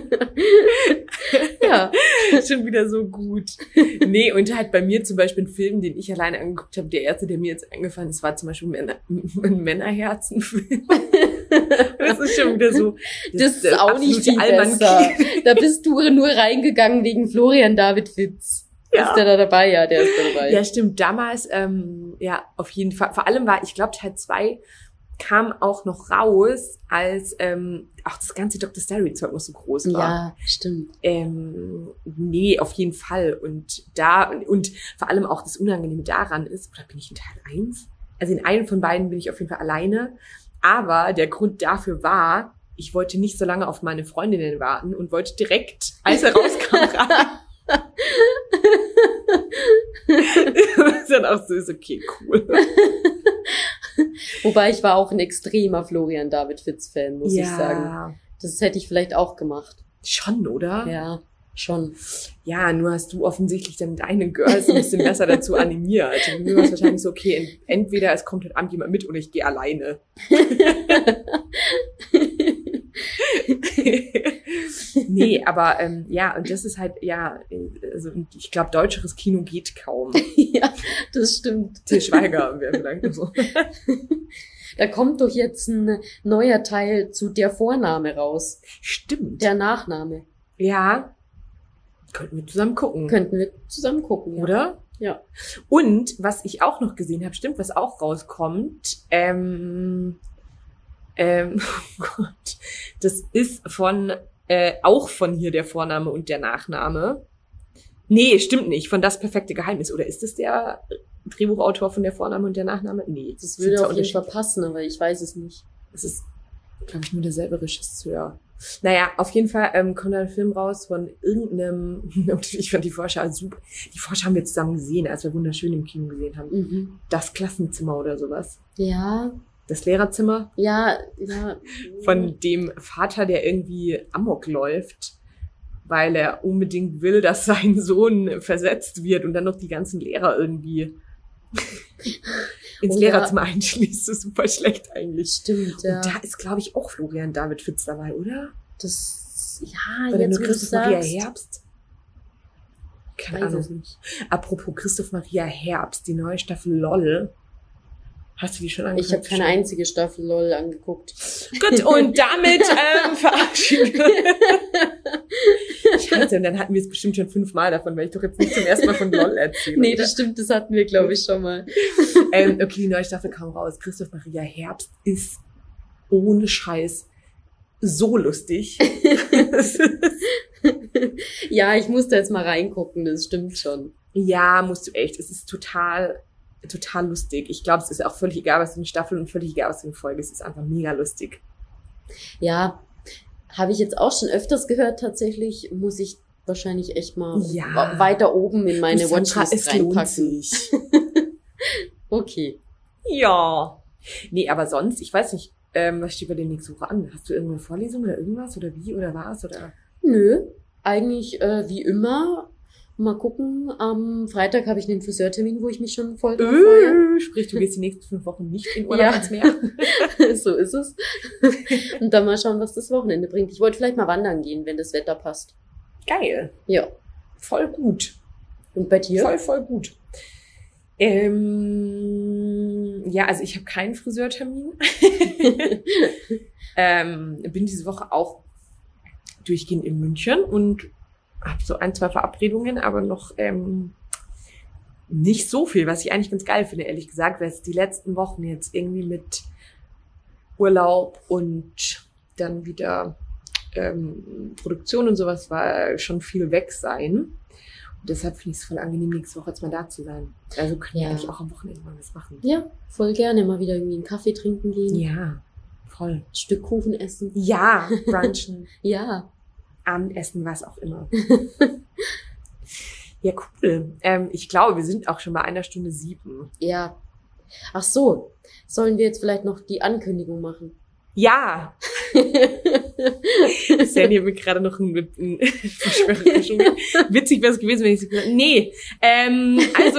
Speaker 2: Ja.
Speaker 1: Schon wieder so gut. Nee, und halt bei mir zum Beispiel ein Film, den ich alleine angeguckt habe, der erste, der mir jetzt eingefallen ist, war zum Beispiel Männer, ein Männerherzenfilm. Das ist schon wieder so.
Speaker 2: Das ist
Speaker 1: der
Speaker 2: auch nicht
Speaker 1: absolute
Speaker 2: viel
Speaker 1: Allmann-
Speaker 2: besser. Da bist du nur reingegangen wegen Florian David Fitz.
Speaker 1: Ja.
Speaker 2: Ist der da dabei? Ja, der ist da dabei.
Speaker 1: Ja, stimmt. Damals, ähm, ja, auf jeden Fall. Vor allem war, ich glaube, Teil zwei kam auch noch raus, als ähm, auch das ganze Doktor Story-Zeug noch so groß war.
Speaker 2: Ja, stimmt.
Speaker 1: Ähm, nee, auf jeden Fall. Und da, und vor allem auch das Unangenehme daran ist, oder bin ich in Teil eins? Also in einem von beiden bin ich auf jeden Fall alleine. Aber der Grund dafür war, ich wollte nicht so lange auf meine Freundinnen warten und wollte direkt, als er rauskam, rein. Was dann auch so ist, okay, cool.
Speaker 2: Wobei ich war auch ein extremer Florian David Fitz-Fan, muss ich sagen. Das hätte ich vielleicht auch gemacht.
Speaker 1: Schon, oder?
Speaker 2: Ja, schon.
Speaker 1: Ja, nur hast du offensichtlich dann deine Girls ein bisschen besser dazu animiert. Und mir war es wahrscheinlich so, okay, entweder es kommt heute Abend jemand mit oder ich gehe alleine. Nee, aber ähm, ja, und das ist halt, ja, also ich glaube, deutscheres Kino geht kaum.
Speaker 2: Ja, das stimmt.
Speaker 1: Til Schweiger wäre vielleicht so.
Speaker 2: Da kommt doch jetzt ein neuer Teil zu Der Vorname raus.
Speaker 1: Stimmt.
Speaker 2: Der Nachname.
Speaker 1: Ja. Könnten wir zusammen gucken.
Speaker 2: Könnten wir zusammen gucken, ja.
Speaker 1: Oder?
Speaker 2: Ja.
Speaker 1: Und was ich auch noch gesehen habe, stimmt, was auch rauskommt, ähm, ähm, oh Gott, das ist von, äh, auch von hier der Vorname und der Nachname. Nee, stimmt nicht, von Das perfekte Geheimnis. Oder ist es der Drehbuchautor von der Vorname und der Nachname? Nee.
Speaker 2: Das würde auf jeden Fall passen, aber ich weiß es nicht.
Speaker 1: Es ist, glaube ich, nur derselbe Regisseur. Naja, auf jeden Fall ähm, kommt ein Film raus von irgendeinem, ich fand die Vorschau super. Die Vorschau haben wir zusammen gesehen, als wir wunderschön im Kino gesehen haben.
Speaker 2: Mhm.
Speaker 1: Das Klassenzimmer oder sowas.
Speaker 2: Ja.
Speaker 1: Das Lehrerzimmer.
Speaker 2: Ja, ja.
Speaker 1: Von dem Vater, der irgendwie Amok läuft, weil er unbedingt will, dass sein Sohn versetzt wird und dann noch die ganzen Lehrer irgendwie ins
Speaker 2: oh,
Speaker 1: Lehrerzimmer
Speaker 2: ja.
Speaker 1: einschließt. Das ist super schlecht eigentlich.
Speaker 2: Stimmt, ja.
Speaker 1: Und da ist, glaube ich, auch Florian David Fitz dabei, oder?
Speaker 2: Das, ja,
Speaker 1: Oder
Speaker 2: jetzt
Speaker 1: nur
Speaker 2: wo du
Speaker 1: Christoph Maria
Speaker 2: sagst.
Speaker 1: Herbst? Keine
Speaker 2: Weiß
Speaker 1: Ahnung.
Speaker 2: es nicht.
Speaker 1: Apropos Christoph Maria Herbst, die neue Staffel LOL. Hast du die schon angeguckt?
Speaker 2: Ich habe keine einzige Staffel LOL angeguckt.
Speaker 1: Gut, und damit ähm, verabschieden wir. Scheiße, und dann hatten wir es bestimmt schon fünfmal davon, weil ich doch jetzt nicht zum ersten Mal von LOL erzähle.
Speaker 2: Nee,
Speaker 1: oder?
Speaker 2: das stimmt, das hatten wir, glaube ich, schon mal.
Speaker 1: ähm, okay, die neue Staffel kam raus. Christoph Maria Herbst ist ohne Scheiß so lustig.
Speaker 2: Ja, ich musste jetzt mal reingucken, das stimmt schon.
Speaker 1: Ja, musst du echt. Es ist total, total lustig. Ich glaube, es ist auch völlig egal, was für eine Staffel und völlig egal, was für eine Folge. Es ist einfach mega lustig.
Speaker 2: Ja, habe ich jetzt auch schon öfters gehört tatsächlich, muss ich wahrscheinlich echt mal
Speaker 1: Ja.
Speaker 2: weiter oben in meine
Speaker 1: Du, Sandra,
Speaker 2: Watchlist
Speaker 1: es lohnt
Speaker 2: reinpacken.
Speaker 1: sich.
Speaker 2: Okay.
Speaker 1: Ja. Nee, aber sonst, ich weiß nicht, ähm, was steht bei dir nächste Woche an? Hast du irgendeine Vorlesung oder irgendwas? Oder wie? Oder was? Oder?
Speaker 2: Nö, eigentlich äh, wie immer. Mal gucken, am Freitag habe ich einen Friseurtermin, wo ich mich schon voll drauf freue.
Speaker 1: Äh, sprich, du gehst die nächsten fünf Wochen nicht in Urlaub
Speaker 2: Ja.
Speaker 1: ins Meer.
Speaker 2: So ist es. Und dann mal schauen, was das Wochenende bringt. Ich wollte vielleicht mal wandern gehen, wenn das Wetter passt.
Speaker 1: Geil.
Speaker 2: Ja.
Speaker 1: Voll gut.
Speaker 2: Und bei dir?
Speaker 1: Voll, voll gut. Ähm, ja, also ich habe keinen Friseurtermin. ähm, bin diese Woche auch durchgehend in München und habe so ein, zwei Verabredungen, aber noch ähm, nicht so viel, was ich eigentlich ganz geil finde, ehrlich gesagt, weil es die letzten Wochen jetzt irgendwie mit Urlaub und dann wieder ähm, Produktion und sowas war schon viel weg sein. Und deshalb finde ich es voll angenehm, nächste Woche jetzt mal da zu sein. Also können wir
Speaker 2: Ja.
Speaker 1: eigentlich auch am Wochenende mal was machen.
Speaker 2: Ja, voll gerne mal wieder irgendwie einen Kaffee trinken gehen.
Speaker 1: Ja, voll.
Speaker 2: Ein Stück Kuchen essen.
Speaker 1: Ja, brunchen,
Speaker 2: Ja.
Speaker 1: Abendessen, was auch immer. Ja, cool. Ähm, ich glaube, wir sind auch schon bei einer Stunde sieben.
Speaker 2: Ja. Ach so. Sollen wir jetzt vielleicht noch die Ankündigung machen?
Speaker 1: Ja! Sandy hat mir gerade noch ein, ein Verschwörung. Witzig wäre es gewesen, wenn ich sie gesagt hätte. Nee, ähm, also...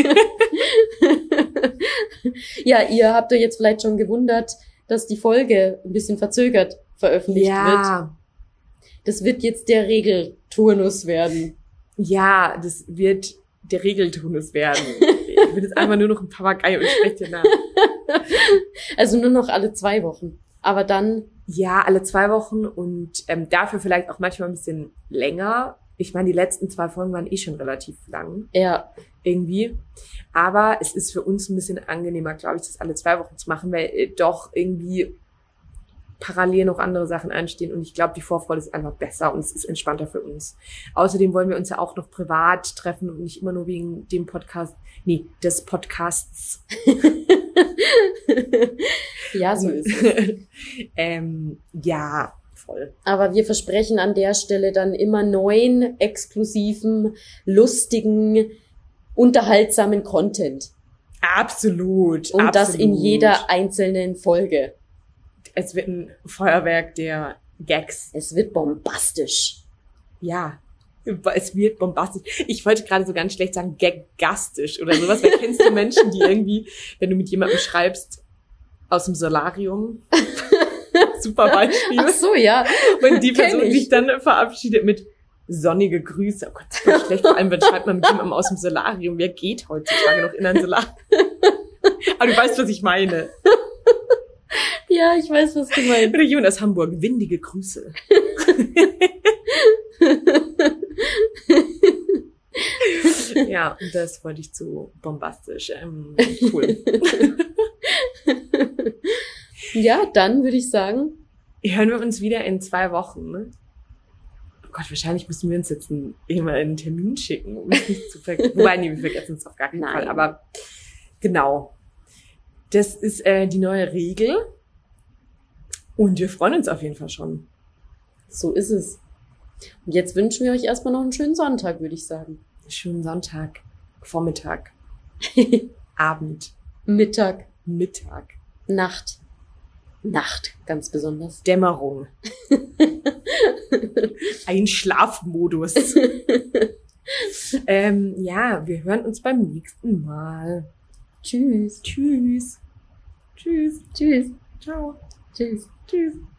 Speaker 2: Ja, ihr habt euch jetzt vielleicht schon gewundert, dass die Folge ein bisschen verzögert veröffentlicht wird.
Speaker 1: ja,
Speaker 2: Das wird jetzt der Regelturnus werden.
Speaker 1: ja, das wird der Regelturnus werden. Ich bin jetzt einfach nur noch ein Papagei und spreche dir nach.
Speaker 2: Also nur noch alle zwei Wochen. Aber dann,
Speaker 1: Ja, alle zwei Wochen und ähm, dafür vielleicht auch manchmal ein bisschen länger. Ich meine, die letzten zwei Folgen waren eh schon relativ lang,
Speaker 2: ja,
Speaker 1: irgendwie. Aber es ist für uns ein bisschen angenehmer, glaube ich, das alle zwei Wochen zu machen, weil äh, doch irgendwie parallel noch andere Sachen anstehen und ich glaube, die Vorfreude ist einfach besser und es ist entspannter für uns. Außerdem wollen wir uns ja auch noch privat treffen und nicht immer nur wegen dem Podcast, nee, des Podcasts.
Speaker 2: ja, so ist es.
Speaker 1: ähm, ja, voll.
Speaker 2: Aber wir versprechen an der Stelle dann immer neuen, exklusiven, lustigen, unterhaltsamen Content.
Speaker 1: Absolut.
Speaker 2: Und
Speaker 1: absolut.
Speaker 2: das in jeder einzelnen Folge.
Speaker 1: Es wird ein Feuerwerk der Gags.
Speaker 2: Es wird bombastisch.
Speaker 1: Ja, es wird bombastisch. Ich wollte gerade so ganz schlecht sagen, gaggastisch oder sowas. Weil kennst du Menschen, die irgendwie, wenn du mit jemandem schreibst, aus dem Solarium, super Beispiel.
Speaker 2: Ach so, ja.
Speaker 1: Und die
Speaker 2: Kenn
Speaker 1: Person
Speaker 2: ich.
Speaker 1: sich dann verabschiedet mit sonnige Grüße. Oh Gott, das ist voll schlecht. Vor allem, wenn schreibt man mit jemandem aus dem Solarium. Wer geht heutzutage noch in ein Solarium? Aber du weißt, was ich meine.
Speaker 2: Ja, ich weiß, was du meinst.
Speaker 1: Oder jemand aus Hamburg. Windige Grüße. Ja, und das wollte ich zu bombastisch. Ähm, cool.
Speaker 2: Ja, dann würde ich sagen,
Speaker 1: Hören wir uns wieder in zwei Wochen, ne? Oh Gott, wahrscheinlich müssen wir uns jetzt einen, immer einen Termin schicken, um es nicht zu vergessen. Wobei, nee, wir vergessen es auf gar keinen
Speaker 2: Nein.
Speaker 1: Fall. Aber genau. Das ist äh, die neue Regel. Und wir freuen uns auf jeden Fall schon.
Speaker 2: so ist es. Und jetzt wünschen wir euch erstmal noch einen schönen Sonntag, würde ich sagen.
Speaker 1: Schönen Sonntag, Vormittag, Abend,
Speaker 2: Mittag,
Speaker 1: Mittag,
Speaker 2: Nacht. Nacht, ganz besonders.
Speaker 1: Dämmerung. Ein Schlafmodus. ähm, ja, wir hören uns beim nächsten Mal.
Speaker 2: Tschüss.
Speaker 1: Tschüss. Tschüss.
Speaker 2: Tschüss.
Speaker 1: Ciao.
Speaker 2: Tschüss.
Speaker 1: Tschüss.